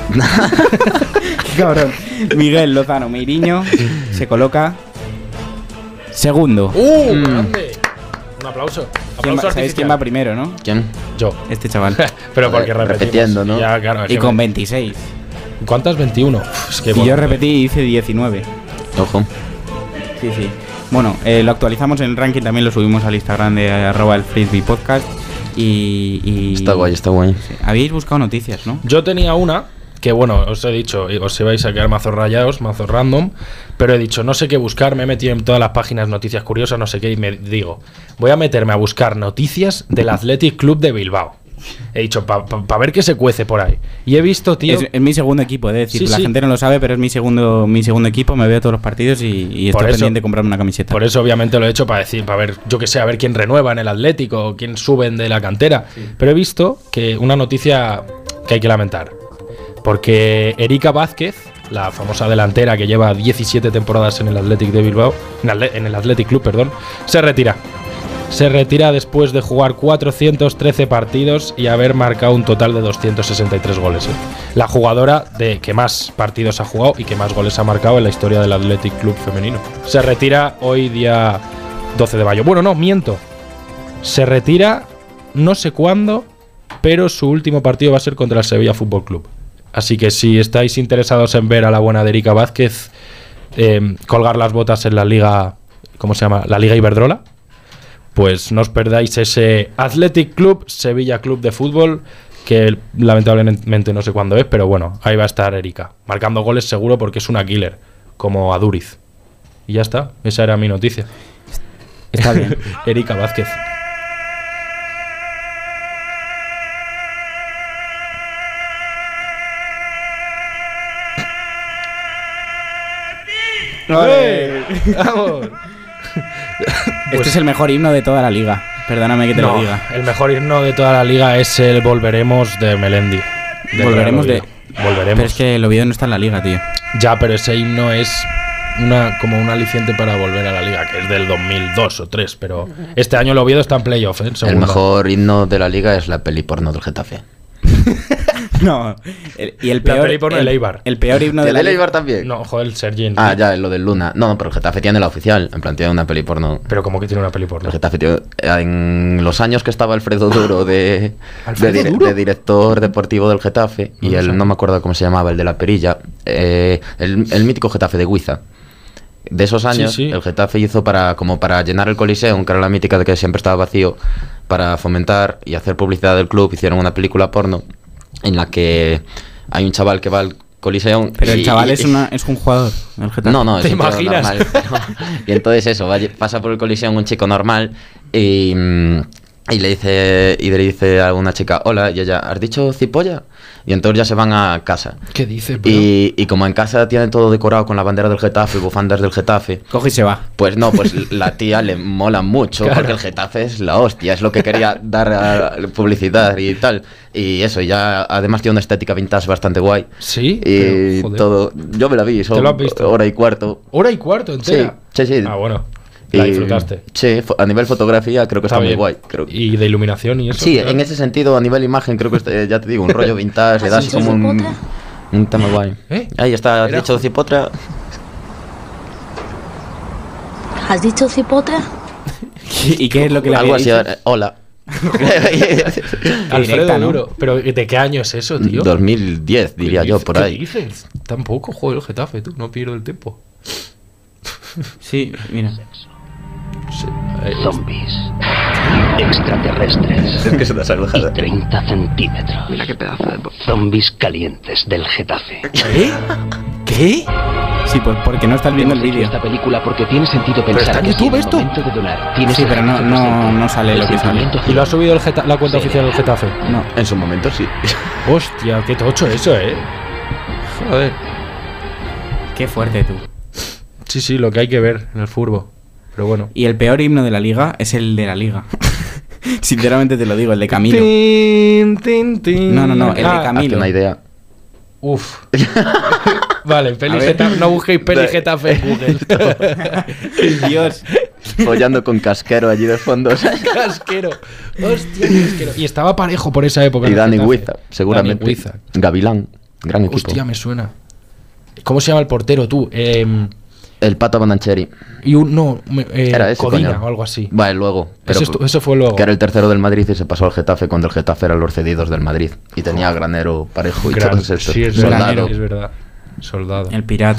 Qué cabrón. Miguel Lozano Meiriño se coloca segundo. ¡Grande! Un aplauso. ¿Quién Aplauso va- ¿Sabéis quién va artificial. primero, no? ¿Quién? Yo. Este chaval. Pero porque Joder, repetimos. repitiendo, ¿no? Ya, claro, es Y que con me- 26. ¿Cuántas? 21. Uf, es que Y bueno, yo repetí y hice 19. Ojo. Sí, sí. Bueno, lo actualizamos en el ranking, también lo subimos al Instagram de @el Frisbee Podcast. Y Está guay, está guay. sí. Habéis buscado noticias, ¿no? Yo tenía una que, bueno, os he dicho, os ibais a quedar mazos rayados, mazos random, pero he dicho, no sé qué buscar, me he metido en todas las páginas noticias curiosas, no sé qué, y me digo, voy a meterme a buscar noticias del Athletic Club de Bilbao. He dicho, para ver qué se cuece por ahí. Y he visto, tío... Es mi segundo equipo, es decir, Sí, la sí. gente no lo sabe, pero es mi segundo equipo, me veo todos los partidos y Por estoy eso- pendiente de comprarme una camiseta. Por eso obviamente lo he hecho para decir, para ver, yo que sé, a ver quién renueva en el Atlético o quién suben de la cantera. Pero he visto que una noticia que hay que lamentar. Porque Erika Vázquez, la famosa delantera que lleva 17 temporadas en el Athletic de Bilbao, en el Athletic Club, perdón, se retira. Se retira después de jugar 413 partidos y haber marcado un total de 263 goles. La jugadora que más partidos ha jugado y que más goles ha marcado en la historia del Athletic Club femenino. Se retira hoy día 12 de mayo. Bueno, no, miento. Se retira no sé cuándo, pero su último partido va a ser contra el Sevilla Fútbol Club. Así que si estáis interesados en ver a la buena de Erika Vázquez colgar las botas en la liga, ¿cómo se llama? La Liga Iberdrola, pues no os perdáis ese Athletic Club Sevilla Club de Fútbol, que lamentablemente no sé cuándo es, pero bueno, ahí va a estar Erika, marcando goles seguro porque es una killer, como Aduriz. Y ya está, esa era mi noticia. Está bien. Erika Vázquez. ¡Vamos! Este es el mejor himno de toda la liga. Perdóname que te lo No, diga. el mejor himno de toda la liga es el Volveremos de Melendi. Volveremos de. Volveremos. Pero es que el Oviedo no está en la liga, tío. Ya, pero ese himno es como un aliciente para volver a la liga, que es del 2002 o 3, pero este año el Oviedo está en playoff, ¿eh? En El segunda. mejor himno de la liga es la peli porno del Getafe. No. Y el La peor. peli porno del Eibar. El peor himno de ¿El la liga. Eibar también? No, joder, el Sergi. Ah, ya, lo del Luna. No, pero el Getafe tiene la oficial. En plan, tiene una peli porno. Pero como que tiene una peli porno. El Getafe tiene, en los años que estaba Alfredo Duro ¿Alfredo Duro? de director deportivo del Getafe, No y lo él sabía. no me acuerdo cómo se llamaba, el de la perilla, el mítico Getafe de Guiza. De esos años, Sí, sí. el Getafe hizo para llenar el Coliseum, que era la mítica de que siempre estaba vacío, para fomentar y hacer publicidad del club, hicieron una película porno en la que hay un chaval que va al Coliseum. Pero el chaval es un jugador. El Getafe. No, es ¿Te un tío imaginas? normal, pero- y entonces eso, pasa por el Coliseum un chico normal y le dice a una chica, hola, y ella, ¿has dicho cipolla? Y entonces ya se van a casa. ¿Qué dices, bro? Y como en casa tiene todo decorado con la bandera del Getafe, bufandas del Getafe, Coge y se va. pues no, pues la tía le mola mucho, Claro. porque el Getafe es la hostia, es lo que quería dar a publicidad y tal. Y eso, ya además tiene una estética vintage bastante guay. Sí, Y pero, joder. todo, yo me la vi, son ¿Te lo has visto? hora y cuarto. ¿Hora y cuarto entera? Sí, sí. Ah, bueno. La Y- disfrutaste. Sí, a nivel fotografía creo que está muy bien. guay. Creo. Y de iluminación y eso. Sí, claro. en ese sentido, a nivel imagen, creo que ya te digo, un rollo vintage, le das ¿Has como dicho un cipotra? tema guay. ¿Eh? Ahí está, Era- dicho cipotra. ¿Has dicho cipotra? ¿Y qué es lo que le Algo había así, dicho? hola. Alfredo directa, ¿no? Duro. ¿Pero de qué año es eso, tío? 2010, diría yo, por ¿Qué ahí. dices? Tampoco, joder, el Getafe, tú. No pierdo el tiempo. Sí, mira. Sí, Zombies. Extraterrestres. Es que se te ha Y salvado. 30 centímetros. Mira qué pedazo de... Zombies calientes del Getafe. ¿Qué? ¿Qué? Sí, pues porque no estás viendo el Hemos hecho vídeo. esta película porque tiene sentido pensar está en que si YouTube el esto. momento de donar tiene Sí, pero servicio presente, no sale el lo que sale. sentimiento ¿Y lo ha subido la cuenta oficial del Getafe? No. En su momento sí. Hostia, qué tocho eso, Joder. Qué fuerte tú. Sí, sí, lo que hay que ver en el furbo. Pero bueno. Y el peor himno de la liga es el de la liga. Sinceramente te lo digo, el de Camilo. Tin, tin, tin. No, el de Ah, Camilo. Hazte una idea. Uf. Vale, peli A ver. Getafe. No busquéis peli Getafe en Google. Dios. Follando con casquero allí de fondo. Casquero. Hostia, casquero. Y estaba parejo por esa época. Y en el Dani Getafe. Huiza, seguramente. Dani Huiza. Gavilán, gran equipo. Hostia, me suena. ¿Cómo se llama el portero, tú? El Pato Bonancheri. Y un. No, Era ese, Codina coño. o algo así. Vale, luego. Eso fue luego. Que era el tercero del Madrid y se pasó al Getafe cuando el Getafe eran los cedidos del Madrid. Y tenía Granero, Parejo y Gran- todos estos. Sí, es Soldado. verdad. Es verdad. Soldado. El pirata.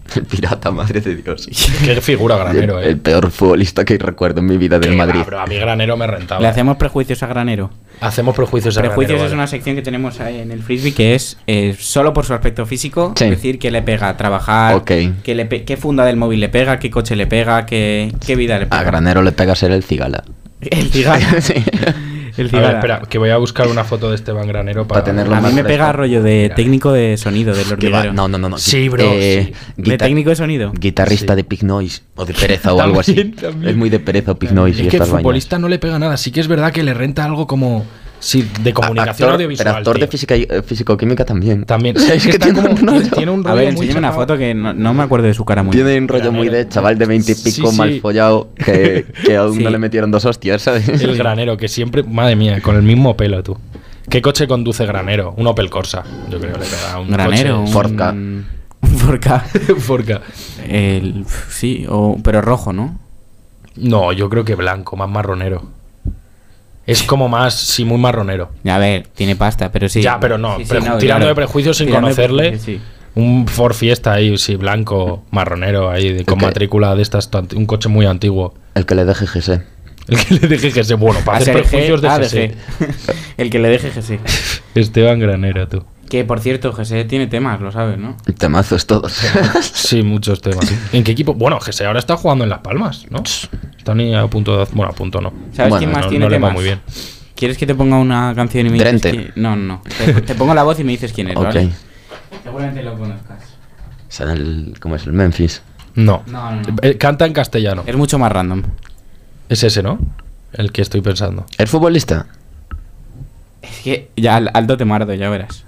El pirata, madre de Dios. Qué figura Granero, El peor futbolista que recuerdo en mi vida del Madrid. Pero a mí Granero me rentaba. Le hacemos prejuicios a Granero. Hacemos prejuicios a Prejuicios Granero. es una sección que tenemos ahí en el frisbee que es solo por su aspecto físico, Sí. decir que le pega a trabajar, Ok. qué funda del móvil le pega, qué coche le pega, qué vida le pega. A Granero le pega ser el cigala. El cigarro. Sí. El A ver, cigarro. espera, que voy a buscar una foto de Esteban Granero para tenerlo A mí más me pega fresco. rollo de Mira. técnico de sonido del Que va- hormiguero. No. Sí, bro, sí. ¿De técnico de sonido? Guitarrista Sí. de Pig Noise o de pereza o algo así. También. Es muy de pereza o Pig Noise y Es que el estas vainas. futbolista no le pega nada. Sí que es verdad que le renta algo como... Sí, de comunicación Actor- audiovisual. Pero actor de tío. física y físico-química también. También. O sea, Es que está tiene como- un rollo- tiene un rollo A ver, muy enséñame una chapado. foto que no me acuerdo de su cara muy Tiene un rollo muy de chaval de 20 y pico Sí, mal sí. follado que aún Sí. no le metieron 2 hostias, ¿sabes? El Granero, que siempre... Madre mía, con el mismo pelo, tú. ¿Qué coche conduce Granero? Un Opel Corsa. Yo creo que le pega un Granero. coche... Forca. Un Forca. Forca. Sí, pero rojo, ¿no? No, yo creo que blanco, más marronero. Es como más, sí, muy marronero. A ver, tiene pasta, pero sí. Ya, pero no, Sí, tirando claro. de prejuicios sin Tirando de conocerle. prejuicios, sí. Un Ford Fiesta ahí, sí, blanco, marronero ahí, con Ok. matrícula de estas, un coche muy antiguo. El que le deje GS. El que le deje GS, bueno, para A hacer ser prejuicios de G, GS. El que le deje GS. Esteban Granero, tú. Que por cierto, GS tiene temas, lo sabes, ¿no? Temazos todos. Sí, muchos temas. ¿En qué equipo? Bueno, GS ahora está jugando en Las Palmas, ¿no? Está ni a punto de... Bueno, a punto no. ¿Sabes Bueno, quién más no, tiene no le va temas? muy bien. ¿Quieres que te ponga una canción y me dices Drente. No. Te pongo la voz y me dices quién es, Ok. ¿vale? Seguramente lo conozcas. Será el... ¿Cómo es? El Memphis. No. No. Canta en castellano. Es mucho más random. Es ese, ¿no? El que estoy pensando. ¿Es futbolista? Es que ya alto te mardo, ya verás.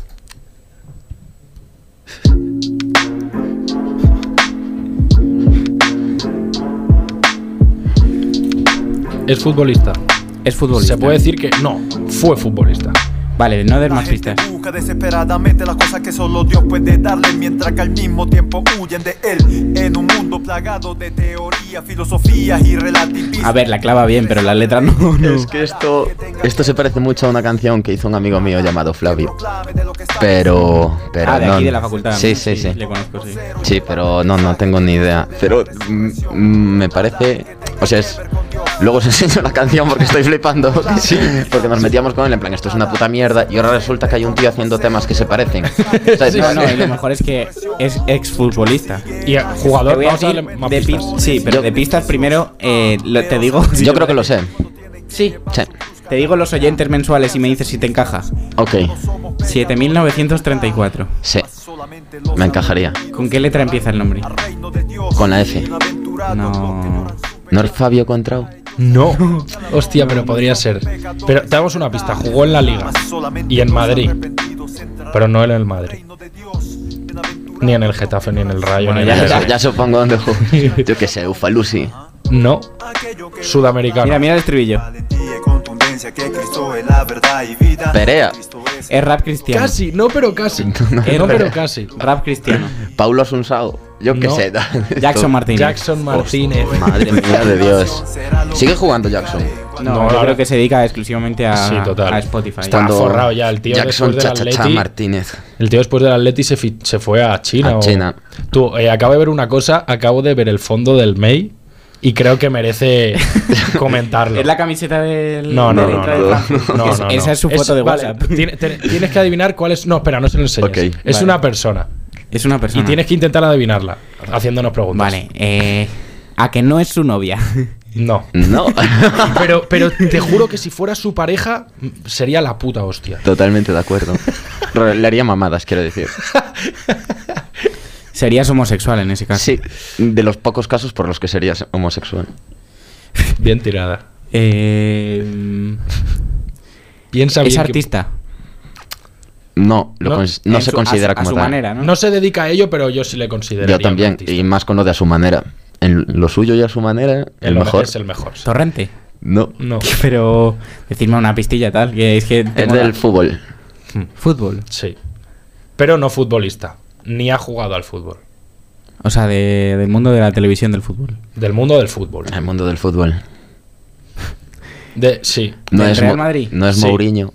Es futbolista. Es futbolista. Se puede decir que no, fue futbolista. Vale, no des más pistas. Busca desesperadamente las cosas que solo Dios puede darle, mientras que al mismo tiempo huyen de él. En un mundo plagado de teoría, filosofías y relativismo. A ver, la clava bien, pero las letras no. Es que esto se parece mucho a una canción que hizo un amigo mío llamado Flavio. Pero De no. aquí de la facultad. Sí, ¿no? sí, sí. Le conozco, sí. Sí, pero no tengo ni idea. Pero me parece... O sea, luego os enseño la canción porque estoy flipando. Porque nos metíamos con él en plan, esto es una puta mierda. Y ahora resulta que hay un tío haciendo temas que se parecen. O sea, No, y lo mejor es que es exfutbolista. Y Te jugador, voy a vamos a decir darle más de pistas. sí, pero de pistas primero te digo. Yo creo que lo sé. Sí. Sí. Te digo los oyentes mensuales y me dices si te encaja. Ok. 7.934. Sí. Me encajaría. ¿Con qué letra empieza el nombre? Con la F. No. ¿No es Fabio Contrao? No. Hostia, pero podría ser. Pero te damos una pista. Jugó en la Liga. Y en Madrid. Pero no en el Madrid. Ni en el Getafe, ni en el Rayo. Bueno, ni en el... Ya supongo dónde jugó. Yo qué sé, Ufalusi. No. Sudamericano. Mira el estribillo. Perea. Es rap cristiano. Casi, no, pero casi. Es No, pero casi. Rap cristiano. Paulo Asunsao. Yo qué No. sé. Jackson Martínez. Jackson Martínez. Madre mía de Dios. ¿Sigue jugando Jackson? No, No, yo ahora- creo que se dedica exclusivamente a, Sí, total. a Spotify. Está Cuando forrado ya el tío Jackson después del Chachacha Atleti. Martínez. El tío después del Atleti se fue a China. A China. Tú, acabo de ver una cosa. Acabo de ver el fondo del May. Y creo que merece comentarlo. ¿Es la camiseta del. No, no, del no, Intra no, de Frankfurt? no, Es- no, Esa no. es su foto de vale, WhatsApp. tienes que adivinar cuál es. No, espera, no se lo enseñes. Ok. Es Vale. una persona. Es una persona. Y tienes que intentar adivinarla. Haciéndonos preguntas. Vale, a que no es su novia. No. No. Pero te juro que si fuera su pareja, sería la puta hostia. Totalmente de acuerdo. Le haría mamadas, quiero decir. Serías homosexual en ese caso. Sí, de los pocos casos por los que serías homosexual. Bien tirada. Piensa Es bien. artista. No, No, no se considera a como su tal. manera, ¿no? No se dedica a ello, pero yo sí le considero. Yo también, y más con lo de a su manera. En lo suyo y a su manera, el mejor. Es el mejor. Torrente. No, No. Pero decirme una pistilla tal, que es que es tengo del la- fútbol. fútbol. Sí. Pero no futbolista. Ni ha jugado al fútbol. O sea, del mundo de la televisión del fútbol. Del mundo del fútbol. El mundo del fútbol. Sí. No ¿Del es Real Madrid? No es Sí. Mourinho.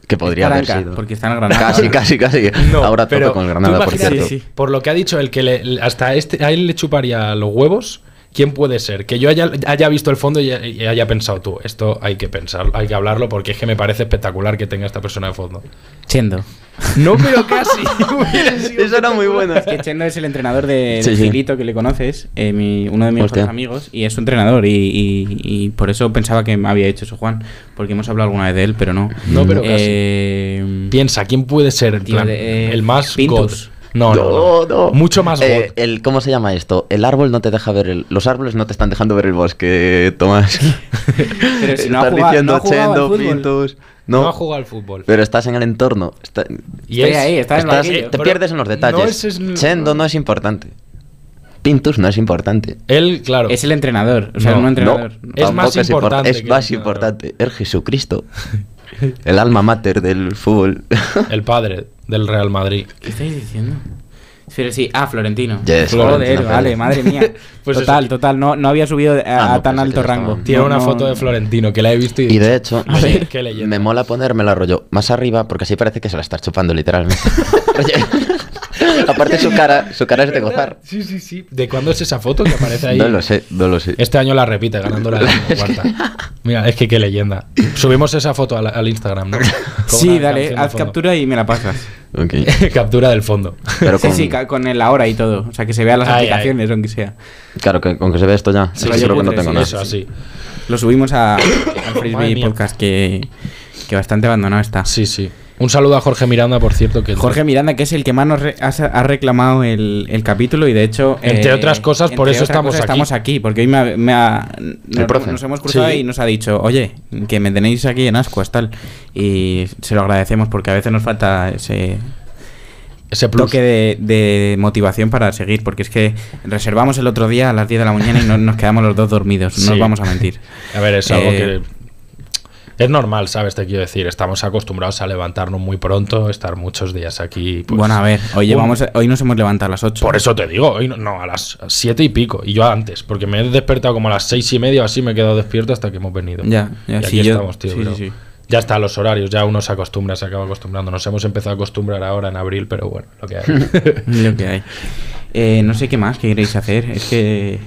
Que podría haber sido. Porque está en el Granada. Casi. No, Ahora pero tope con el tú Granada, por imagínate, cierto. por lo que ha dicho el que hasta a él le chuparía los huevos. ¿Quién puede ser? Que yo haya visto el fondo y haya pensado tú, esto hay que pensarlo, hay que hablarlo porque es que me parece espectacular que tenga esta persona de fondo. Chendo. No, pero casi. Eso era muy bueno. Es que Chendo es el entrenador de Sí. Gilito, que le conoces, uno de mis Hostia. mejores amigos, y es su entrenador. Y por eso pensaba que me había hecho eso, Juan, porque hemos hablado alguna vez de él, pero no. No, pero casi. Piensa, ¿quién puede ser en Tío, plan, el más Pintus. God? No. Mucho más God. ¿Cómo se llama esto? El árbol no te deja ver los árboles no te están dejando ver el bosque, Tomás. Pero si no ha Estás jugado, diciendo no ha jugado al Chendo, fútbol. Pintus. No ha No, jugado al fútbol. pero estás en el entorno. Y Estoy ahí, está en el Estás- banquillo. te Pero pierdes en los no detalles. Chendo no es importante. Pintus no es importante. Él, claro. Es el entrenador, o sea, No, un entrenador. Es más Tampoco importante Es que el más entrenador. importante. Es Jesucristo. El alma mater del fútbol. El padre del Real Madrid. ¿Qué estáis diciendo? Pero sí, Florentino. Yes, Joder, Florentino vale, Pérez. madre mía. Pues total, no había subido a no, tan pues sí alto que rango. estaba. Tiene No, una no. foto de Florentino que la he visto Y de hecho, A ver, sí, qué leyenda. me mola ponérmela rollo más arriba porque así parece que se la estás chupando literalmente. Oye, aparte su cara es de gozar. Sí. ¿De cuándo es esa foto que aparece ahí? No lo sé. Este año la repite, ganando la cuarta. Mira, es que qué leyenda. Subimos esa foto al Instagram, ¿no? Con Sí, una dale, canción de haz fondo. captura y me la pasas. Ok. Captura del fondo. Pero con, Sí, con el ahora y todo. O sea, que se vean las Ay, aplicaciones, aunque sea. Claro, que con que se ve esto ya. Sí, yo sí, creo que no cutre, tengo sí, nada. Eso, así. Lo subimos al Madre Frisbee mía. Podcast, que bastante abandonado está. Sí. Un saludo a Jorge Miranda, por cierto. Que Jorge Miranda, que es el que más nos ha reclamado el capítulo y de hecho... Entre otras cosas, por eso estamos aquí. Estamos aquí, porque hoy nos hemos cruzado Sí. y nos ha dicho, oye, que me tenéis aquí en ascuas, tal. Y se lo agradecemos porque a veces nos falta ese plus. toque de motivación para seguir, porque es que reservamos el otro día a las 10 de la mañana y nos quedamos los dos dormidos, no Sí. os vamos a mentir. A ver, es algo que... Es normal, ¿sabes? Te quiero decir. Estamos acostumbrados a levantarnos muy pronto, estar muchos días aquí. Pues, Bueno, a ver, hoy nos hemos levantado a las 8. Por eso te digo, hoy no, a las 7 y pico. Y yo antes, porque me he despertado como a las 6:30 o así, me he quedado despierto hasta que hemos venido. Ya, Y sí, aquí yo- estamos, tío. sí, pero sí. Ya está, los horarios, ya uno se acostumbra, se acaba acostumbrando. Nos hemos empezado a acostumbrar ahora en abril, pero bueno, lo que hay. Lo que hay. No sé qué más que queréis hacer. Es que.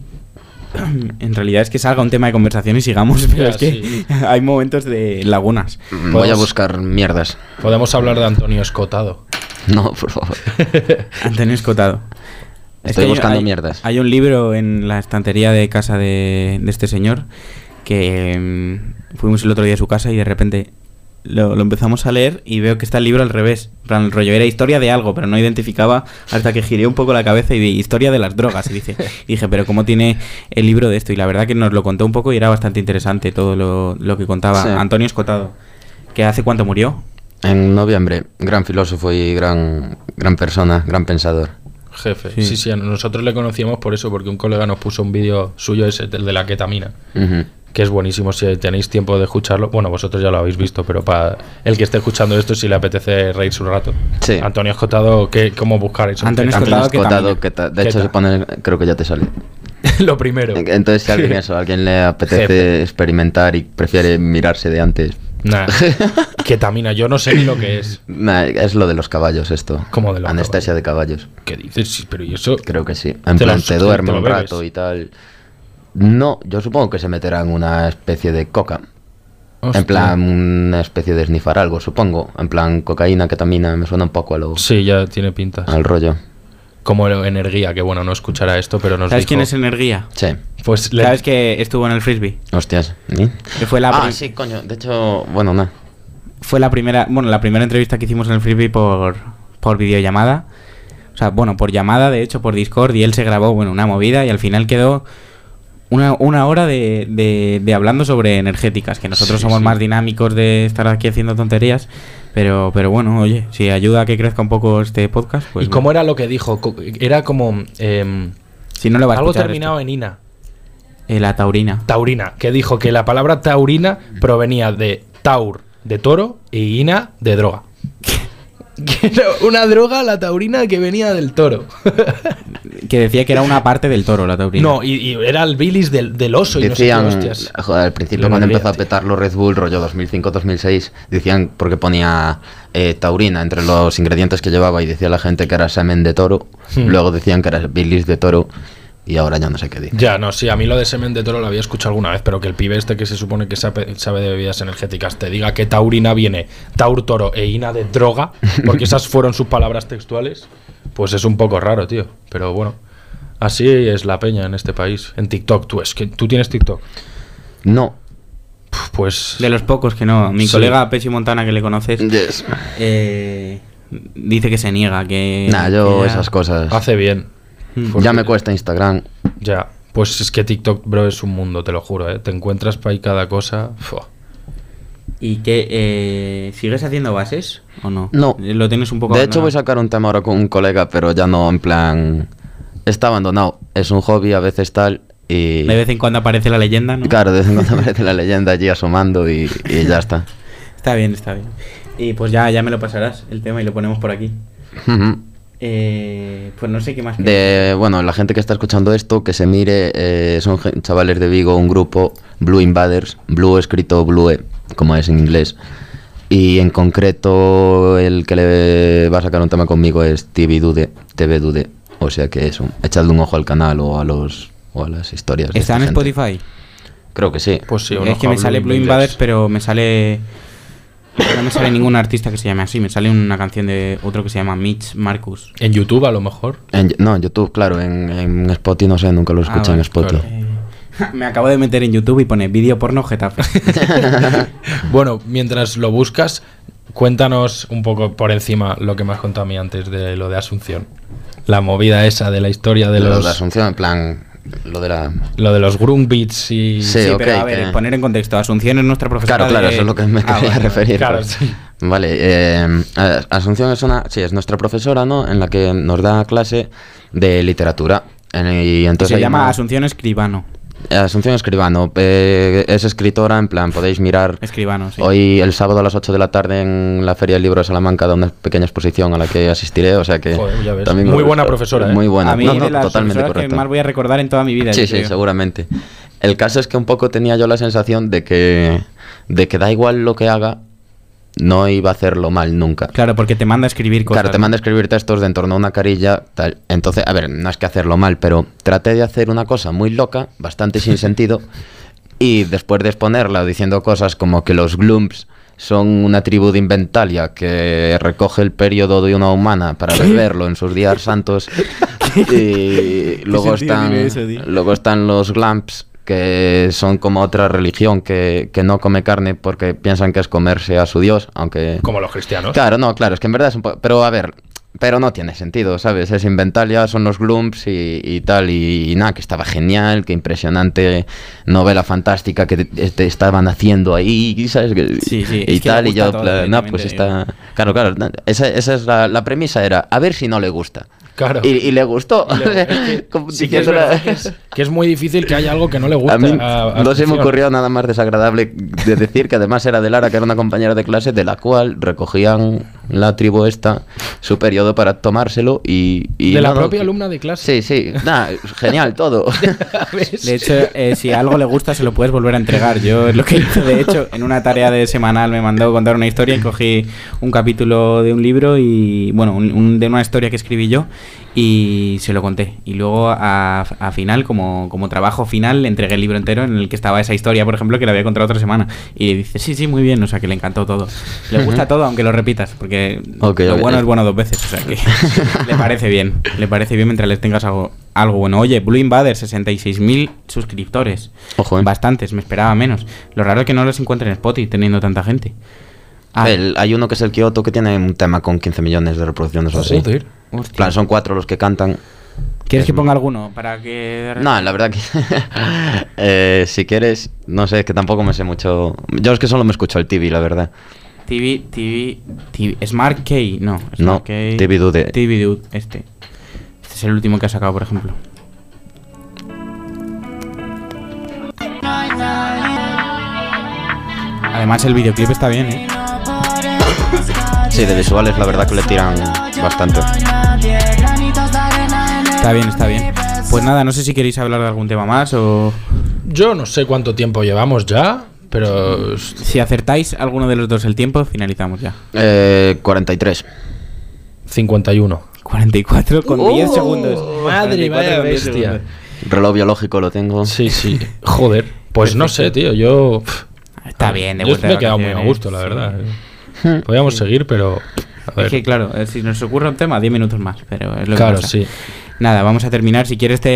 En realidad es que salga un tema de conversación y sigamos, pero Ya, es que sí. hay momentos de lagunas. Voy a buscar mierdas. Podemos hablar de Antonio Escotado. No, por favor. Antonio Escotado. Estoy hay- buscando hay- mierdas. Hay un libro en la estantería de casa de este señor que fuimos el otro día a su casa y de repente lo empezamos a leer y veo que está el libro al revés. En plan, el rollo era historia de algo, pero no identificaba hasta que giré un poco la cabeza y vi historia de las drogas. Y dije, pero ¿cómo tiene el libro de esto? Y la verdad que nos lo contó un poco y era bastante interesante todo lo que contaba. Sí. Antonio Escotado, que hace cuánto murió. En noviembre, gran filósofo y gran persona, gran pensador. Jefe. Sí, nosotros le conocíamos por eso, porque un colega nos puso un vídeo suyo, ese, el de la ketamina. Ujú. Que es buenísimo si tenéis tiempo de escucharlo. Bueno, vosotros ya lo habéis visto, pero para el que esté escuchando esto, si le apetece reírse un rato. Sí. Antonio Escotado, ¿cómo buscar eso? Antonio Antonio Escotado, Escotado, de hecho se pone, creo que ya te sale. Lo primero. Entonces si alguien le apetece Jefe. experimentar y prefiere mirarse de antes. Nah. Ketamina, yo no sé ni lo que es. Nah, es lo de los caballos esto. ¿Cómo de los Anestesia de caballos. ¿Qué dices? Sí, pero ¿y eso? Creo que sí. En Te plan, lo- te duerme te lo un bebes. rato y tal. No, yo supongo que se meterá en una especie de coca. Hostia. En plan, una especie de snifar algo, supongo. En plan, cocaína, ketamina, me suena un poco Sí, ya tiene pinta. al rollo. Como Energía, que bueno, no escuchará esto, pero nos ¿Sabes dijo... quién es Energía? Sí. Pues ¿Sabes que estuvo en el Frisbee? Hostias. ¿Y? Que fue la Sí, coño. De hecho, bueno, nada. Fue la primera entrevista que hicimos en el Frisbee por videollamada. O sea, bueno, por llamada, de hecho, por Discord, y él se grabó, una movida y al final quedó una hora de hablando sobre energéticas, que nosotros somos más dinámicos de estar aquí haciendo tonterías, pero bueno, oye, si ayuda a que crezca un poco este podcast, pues... ¿Y cómo era lo que dijo? Era como... si no lo va a algo escuchar terminado en ina. La taurina. Taurina, que dijo que la palabra taurina provenía de taur, de toro, y ina, de droga. Que era una droga, la taurina, que venía del toro. que decía que era una parte del toro, la taurina. No, y era el bilis del oso decían, y no sé qué hostias. Joder, al principio cuando empezó a petar los Red Bull, rollo 2005-2006, decían, porque ponía taurina entre los ingredientes que llevaba y decía la gente que era semen de toro, luego decían que era bilis de toro y ahora ya no sé qué dice. Ya, no, sí, a mí lo de semen de toro lo había escuchado alguna vez, pero que el pibe este que se supone que sabe de bebidas energéticas te diga que taurina viene taur toro e ina de droga, porque esas fueron sus palabras textuales, pues es un poco raro, tío. Pero bueno, así es la peña en este país. En TikTok, ¿tú tienes TikTok? No. Pues... De los pocos que no. Mi colega Pesi Montana, que le conoces, Yes. dice que se niega, que... Nah, yo que ya... esas cosas... Hace bien. Ya me cuesta Instagram. Ya, pues es que TikTok, bro, es un mundo, te lo juro, ¿eh? Te encuentras para ahí cada cosa. Fua. ¿Y qué? ¿Sigues haciendo bases o no? No. Lo tienes un poco De abandonado. hecho voy a sacar un tema ahora con un colega, pero ya no, en plan... Está abandonado. Es un hobby, a veces tal, y... De vez en cuando aparece la leyenda, ¿no? Claro, de vez en cuando aparece la leyenda allí asomando y ya está. Está bien, está bien. Y pues ya me lo pasarás, el tema, y lo ponemos por aquí. Pues no sé qué más. Bueno, la gente que está escuchando esto, que se mire, son chavales de Vigo, un grupo, Blue Invaders, Blue escrito Blue, como es en inglés. Y en concreto, el que le va a sacar un tema conmigo es TV Dude. O sea que eso, echadle un ojo al canal o a las historias. de ¿Está en esta gente. Spotify? Creo que sí. Pues sí, Es que me sale Blue Invaders, pero me sale... No me sale ningún artista que se llame así. Me sale una canción de otro que se llama Mitch Marcus. En YouTube, a lo mejor. No, en YouTube, claro. En Spotify no sé, nunca lo escuché en Spotify. Claro. Me acabo de meter en YouTube y pone vídeo porno Getafe. Bueno, mientras lo buscas, cuéntanos un poco por encima lo que me has contado a mí antes de lo de Asunción. La movida esa de la historia de Lo los... de Asunción, en plan... Lo de Sí, Sí, ok, pero a ver, poner en contexto. Asunción es nuestra profesora. Claro, eso es lo que me quería bueno, referir. claro, pues. sí. Vale, Asunción es nuestra profesora, ¿no? En la que nos da clase de literatura. Y entonces se llama Asunción Escribano. Asunción Escribano, es escritora, en plan, podéis mirar. Escribano, sí. Hoy, el sábado a las 8 de la tarde, en la Feria del Libro de Salamanca, da una pequeña exposición a la que asistiré, o sea que... Joder, ya ves. también Muy buena profesora, ¿eh? Muy buena, A mí de las totalmente profesoras correcto. que más voy a recordar en toda mi vida. Sí, yo sí, creo. seguramente. El caso es que un poco tenía yo la sensación de que da igual lo que haga, no iba a hacerlo mal nunca. Claro, porque te manda a escribir cosas. Claro, te manda a escribir textos de en torno a una carilla, tal. Entonces, a ver, no es que hacerlo mal, pero traté de hacer una cosa muy loca, bastante sin sentido, y después de exponerla diciendo cosas como que los Glumps son una tribu de Inventalia que recoge el periodo de una humana para beberlo en sus días santos, y luego están los Glamps, que son como otra religión que no come carne porque piensan que es comerse a su Dios, aunque... Como los cristianos. Claro, no, claro, es que en verdad es un poco... Pero a ver, pero no tiene sentido, ¿sabes? Es Inventalia, son los Glumps y tal, y nada, que estaba genial, que impresionante novela fantástica que te estaban haciendo ahí, ¿sabes? Sí, sí, Y es que tal, le y yo, gusta todo, no, pues está... Claro, esa es la premisa, era a ver si no le gusta. Claro. Y le gustó. Y luego, es que Como sí que es diciéndole- verdad que es muy difícil que haya algo que no le guste. A mí a no se me Asunción. ocurrió nada más desagradable de decir que además era de Lara, que era una compañera de clase de la cual recogían la tribu esta su periodo para tomárselo y De la no, propia alumna de clase. Sí, sí, nada, genial todo. De hecho, si algo le gusta, se lo puedes volver a entregar. Yo es lo que hice, de hecho, en una tarea de semanal me mandó contar una historia y cogí un capítulo de un libro y, bueno, de una historia que escribí yo y se lo conté. Y luego a final, como trabajo final, le entregué el libro entero en el que estaba esa historia, por ejemplo, que la había contado otra semana. Y dice, sí, muy bien, o sea, que le encantó todo. Le gusta todo, aunque lo repitas, porque lo bueno es bueno dos veces, o sea, que le parece bien mientras les tengas algo bueno. Oye, Blue Invader, 66.000 suscriptores. Ojo, Bastantes, me esperaba menos. Lo raro es que no los encuentren en Spotify teniendo tanta gente. Hay uno que es el Kyoto que tiene un tema con 15 millones de reproducciones o así. Joder. En plan, son 4 los que cantan. ¿Quieres que ponga alguno para que...? No, la verdad que... si quieres, no sé, que tampoco me sé mucho... Yo es que solo me escucho el TV, la verdad. TV... Smart K, no. Smart No, K, TV Dude. TV Dude, este es el último que ha sacado, por ejemplo. Además el videoclip está bien, ¿eh? Sí, de visuales la verdad que le tiran bastante. Está bien, está bien. Pues nada, no sé si queréis hablar de algún tema más o... Yo no sé cuánto tiempo llevamos ya, pero... Si acertáis alguno de los dos el tiempo, finalizamos ya. 43. 51. 44 con 10 segundos. Madre, vaya bestia. Reloj biológico lo tengo. Sí, sí. Joder. Pues no sé, tío. Yo... Está bien, de Yo vuelta me de he quedado muy a vacaciones, gusto, la sí. verdad. Podríamos seguir, pero... a ver. Es que claro, si nos ocurre un tema, 10 minutos más, pero es lo Claro, que pasa. sí. Nada, vamos a terminar. Si quieres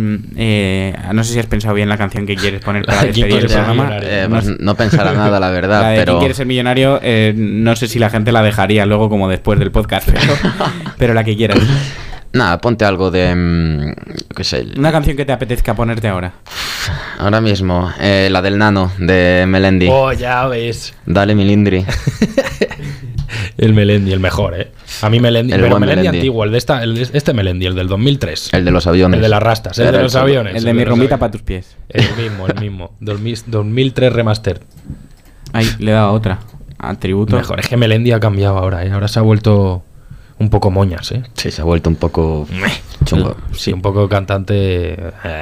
no sé si has pensado bien la canción que quieres poner para ¿Quién despedir el quiere ser programa. millonario? Pues no pensará nada, la verdad, La de pero... ¿Quién quiere ser millonario? No sé si la gente la dejaría luego como después del podcast, pero la que quieras. Nada, ponte algo de... qué sé. Una canción que te apetezca ponerte ahora. Ahora mismo, la del Nano, de Melendi. Oh, ya ves. Dale, Milindri. El Melendi, el mejor, ¿eh? A mí Melendi, El pero buen Melendi Melendi. antiguo, este Melendi, el del 2003. El de los aviones. El de las rastas, el Era de los solo. aviones. El de mi los rumbita aviones. para tus pies. El mismo. 2003 remaster. Ay, le he dado otra. Atributo. Mejor, es que Melendi ha cambiado ahora, ¿eh? Ahora se ha vuelto un poco moñas, ¿eh? Sí, se ha vuelto un poco chungo. Sí, un poco cantante...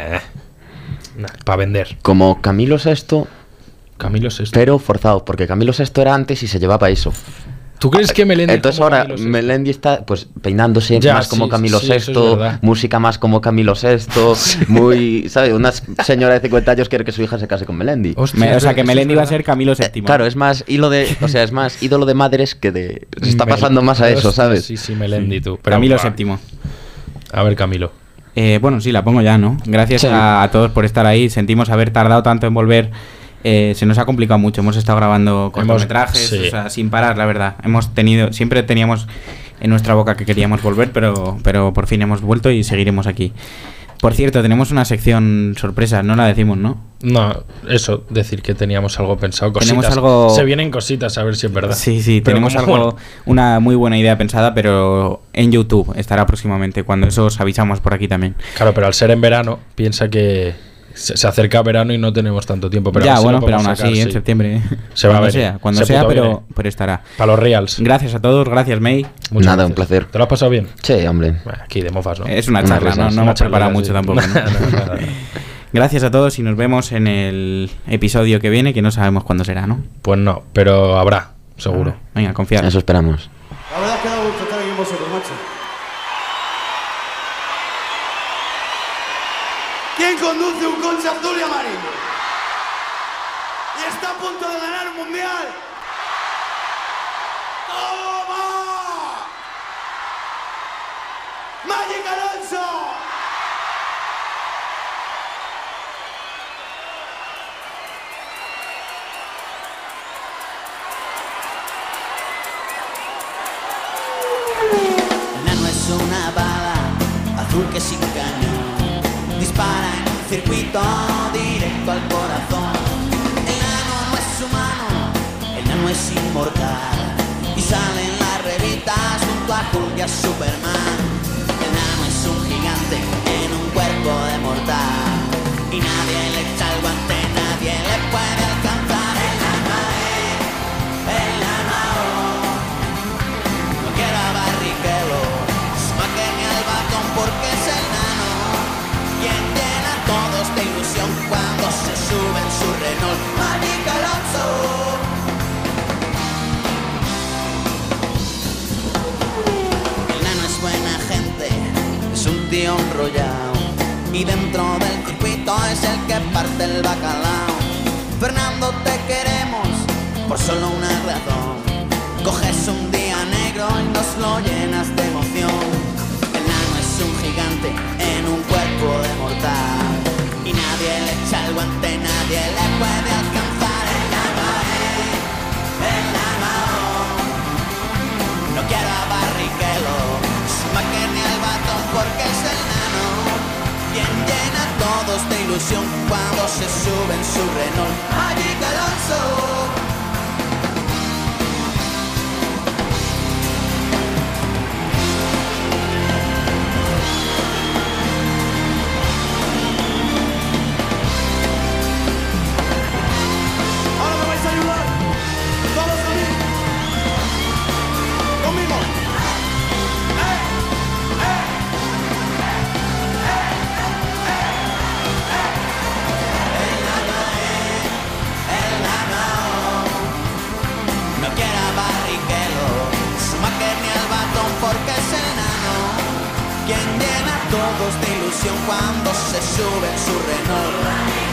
para vender. Como Camilo VI, Camilo VI. pero forzado, porque Camilo VI era antes y se llevaba eso. ¿Tú crees que Melendi... Entonces como ahora Camilo VI? Melendi está pues peinándose Ya, más como sí, Camilo sí, eso es VI, verdad. música más como Camilo VI, muy, ¿sabes? Una señora de 50 años quiere que su hija se case con Melendi. Hostia, O sea, que eso es Melendi va a verdad. ser Camilo VII. Claro, es más es más ídolo de madres que de... Se está pasando más a eso, Hostia, ¿sabes? Sí, Melendi, tú. Pero, Camilo buah. VII. A ver, Camilo. Bueno, sí, la pongo ya, ¿no? Gracias Sí. a todos por estar ahí. Sentimos haber tardado tanto en volver. Se nos ha complicado mucho. Hemos estado grabando cortometrajes, sí. o sea, sin parar, la verdad. Siempre teníamos en nuestra boca que queríamos volver, pero por fin hemos vuelto y seguiremos aquí. Por cierto, tenemos una sección sorpresa, no la decimos, ¿no? No, eso, decir que teníamos algo pensado. Cositas. Tenemos algo- Se vienen cositas, a ver si es verdad. Sí, Pero tenemos como, algo, bueno, una muy buena idea pensada, pero en YouTube estará próximamente. Cuando eso os avisamos por aquí también. claro, pero al ser en verano, piensa que se acerca verano y no tenemos tanto tiempo. Pero ya, aún así bueno, lo pero aún podemos así, sacar, en sí. septiembre. Se va a cuando venir. sea, cuando Se sea, puto pero viene. estará. Para los reals. Gracias a todos, gracias May. Muchas Nada, un gracias. placer. ¿Te lo has pasado bien? Sí, hombre. Bueno, aquí de mofas, ¿no? Es una Unas charla, risas, no Una hemos preparado charla, mucho sí. tampoco. ¿no? Nada. Gracias a todos y nos vemos en el episodio que viene, que no sabemos cuándo será, ¿no? Pues no, pero habrá, seguro. Venga, confiar. Eso esperamos. La verdad es que da gusto estar aquí con vosotros, macho. ¿Quién conduce un Concha azul y amarillo? Y está a punto de ganar un mundial. ¡Toma! ¡Magic Alonso! El nano es una bala azul que sin cañón dispara en un circuito directo al corazón. El nano no es humano, el nano es inmortal y sale en las revistas junto a Hulk y a Superman. El nano es un gigante en un cuerpo de mortal y nadie le echa el guante, nadie le puede alcanzar. El nano es, el nano. No quiero a Barrichello, Schumacher ni al Bacon porque es el nano quien llena a todos de ilusión cuando se sube en su Renault. Magic Alonso. El nano es buena gente, es un tío enrollado y dentro del circuito es el que parte el bacalao. Fernando, te queremos por solo una razón. Coges un día negro y nos lo llenas de emoción. El nano es un gigante en un cuerpo de mortal y nadie le echa el guante, nadie le puede alcanzar. El nano es, el nano. No quiero a Barrichello, Schumacher ni al Bacon porque es el nano quien llena a todos de ilusión cuando se sube en su Renault. Magic Alonso. Ahora me vais a ayudar. Todos a mí. Conmigo. quien llena a todos de ilusión cuando se sube en su Renault.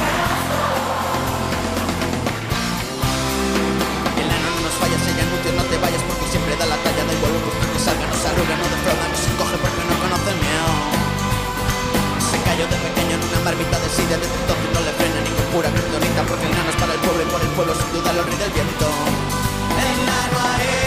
El ano no nos falla, si hay anuncios no te vayas porque siempre da la talla. Da igual lo que salga, no se arruga, no defrauda, no se encoge porque no conoce el miedo. Se cayó de pequeño en una marmita de sida, desde entonces no le frena ni con pura kriptonita, porque el nano es para el pueblo y por el pueblo sin duda lo ríe del viento. El nano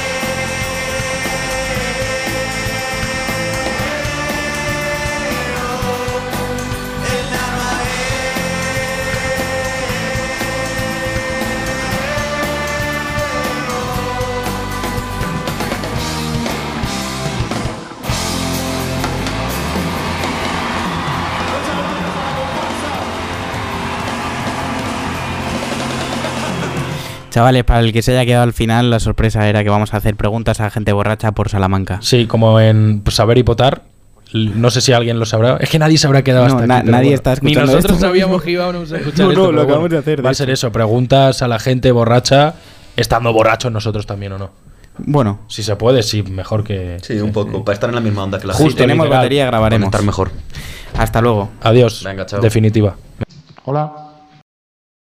Chavales, para el que se haya quedado al final, la sorpresa era que vamos a hacer preguntas a gente borracha por Salamanca. Sí, como en Saber y Potar. No sé si alguien lo sabrá. Es que nadie se habrá quedado hasta aquí. Nadie está escuchando. Ni nosotros esto. sabíamos que íbamos a escuchar No, esto. lo acabamos de hacer. Va a ser eso, preguntas a la gente borracha, estando borrachos nosotros también o no. Bueno. Si se puede, sí, mejor que... Sí, un poco, para estar en la misma onda que la gente. Si tenemos batería, grabaremos. Para estar mejor. Hasta luego. Adiós. Venga, chao. Definitiva. Hola.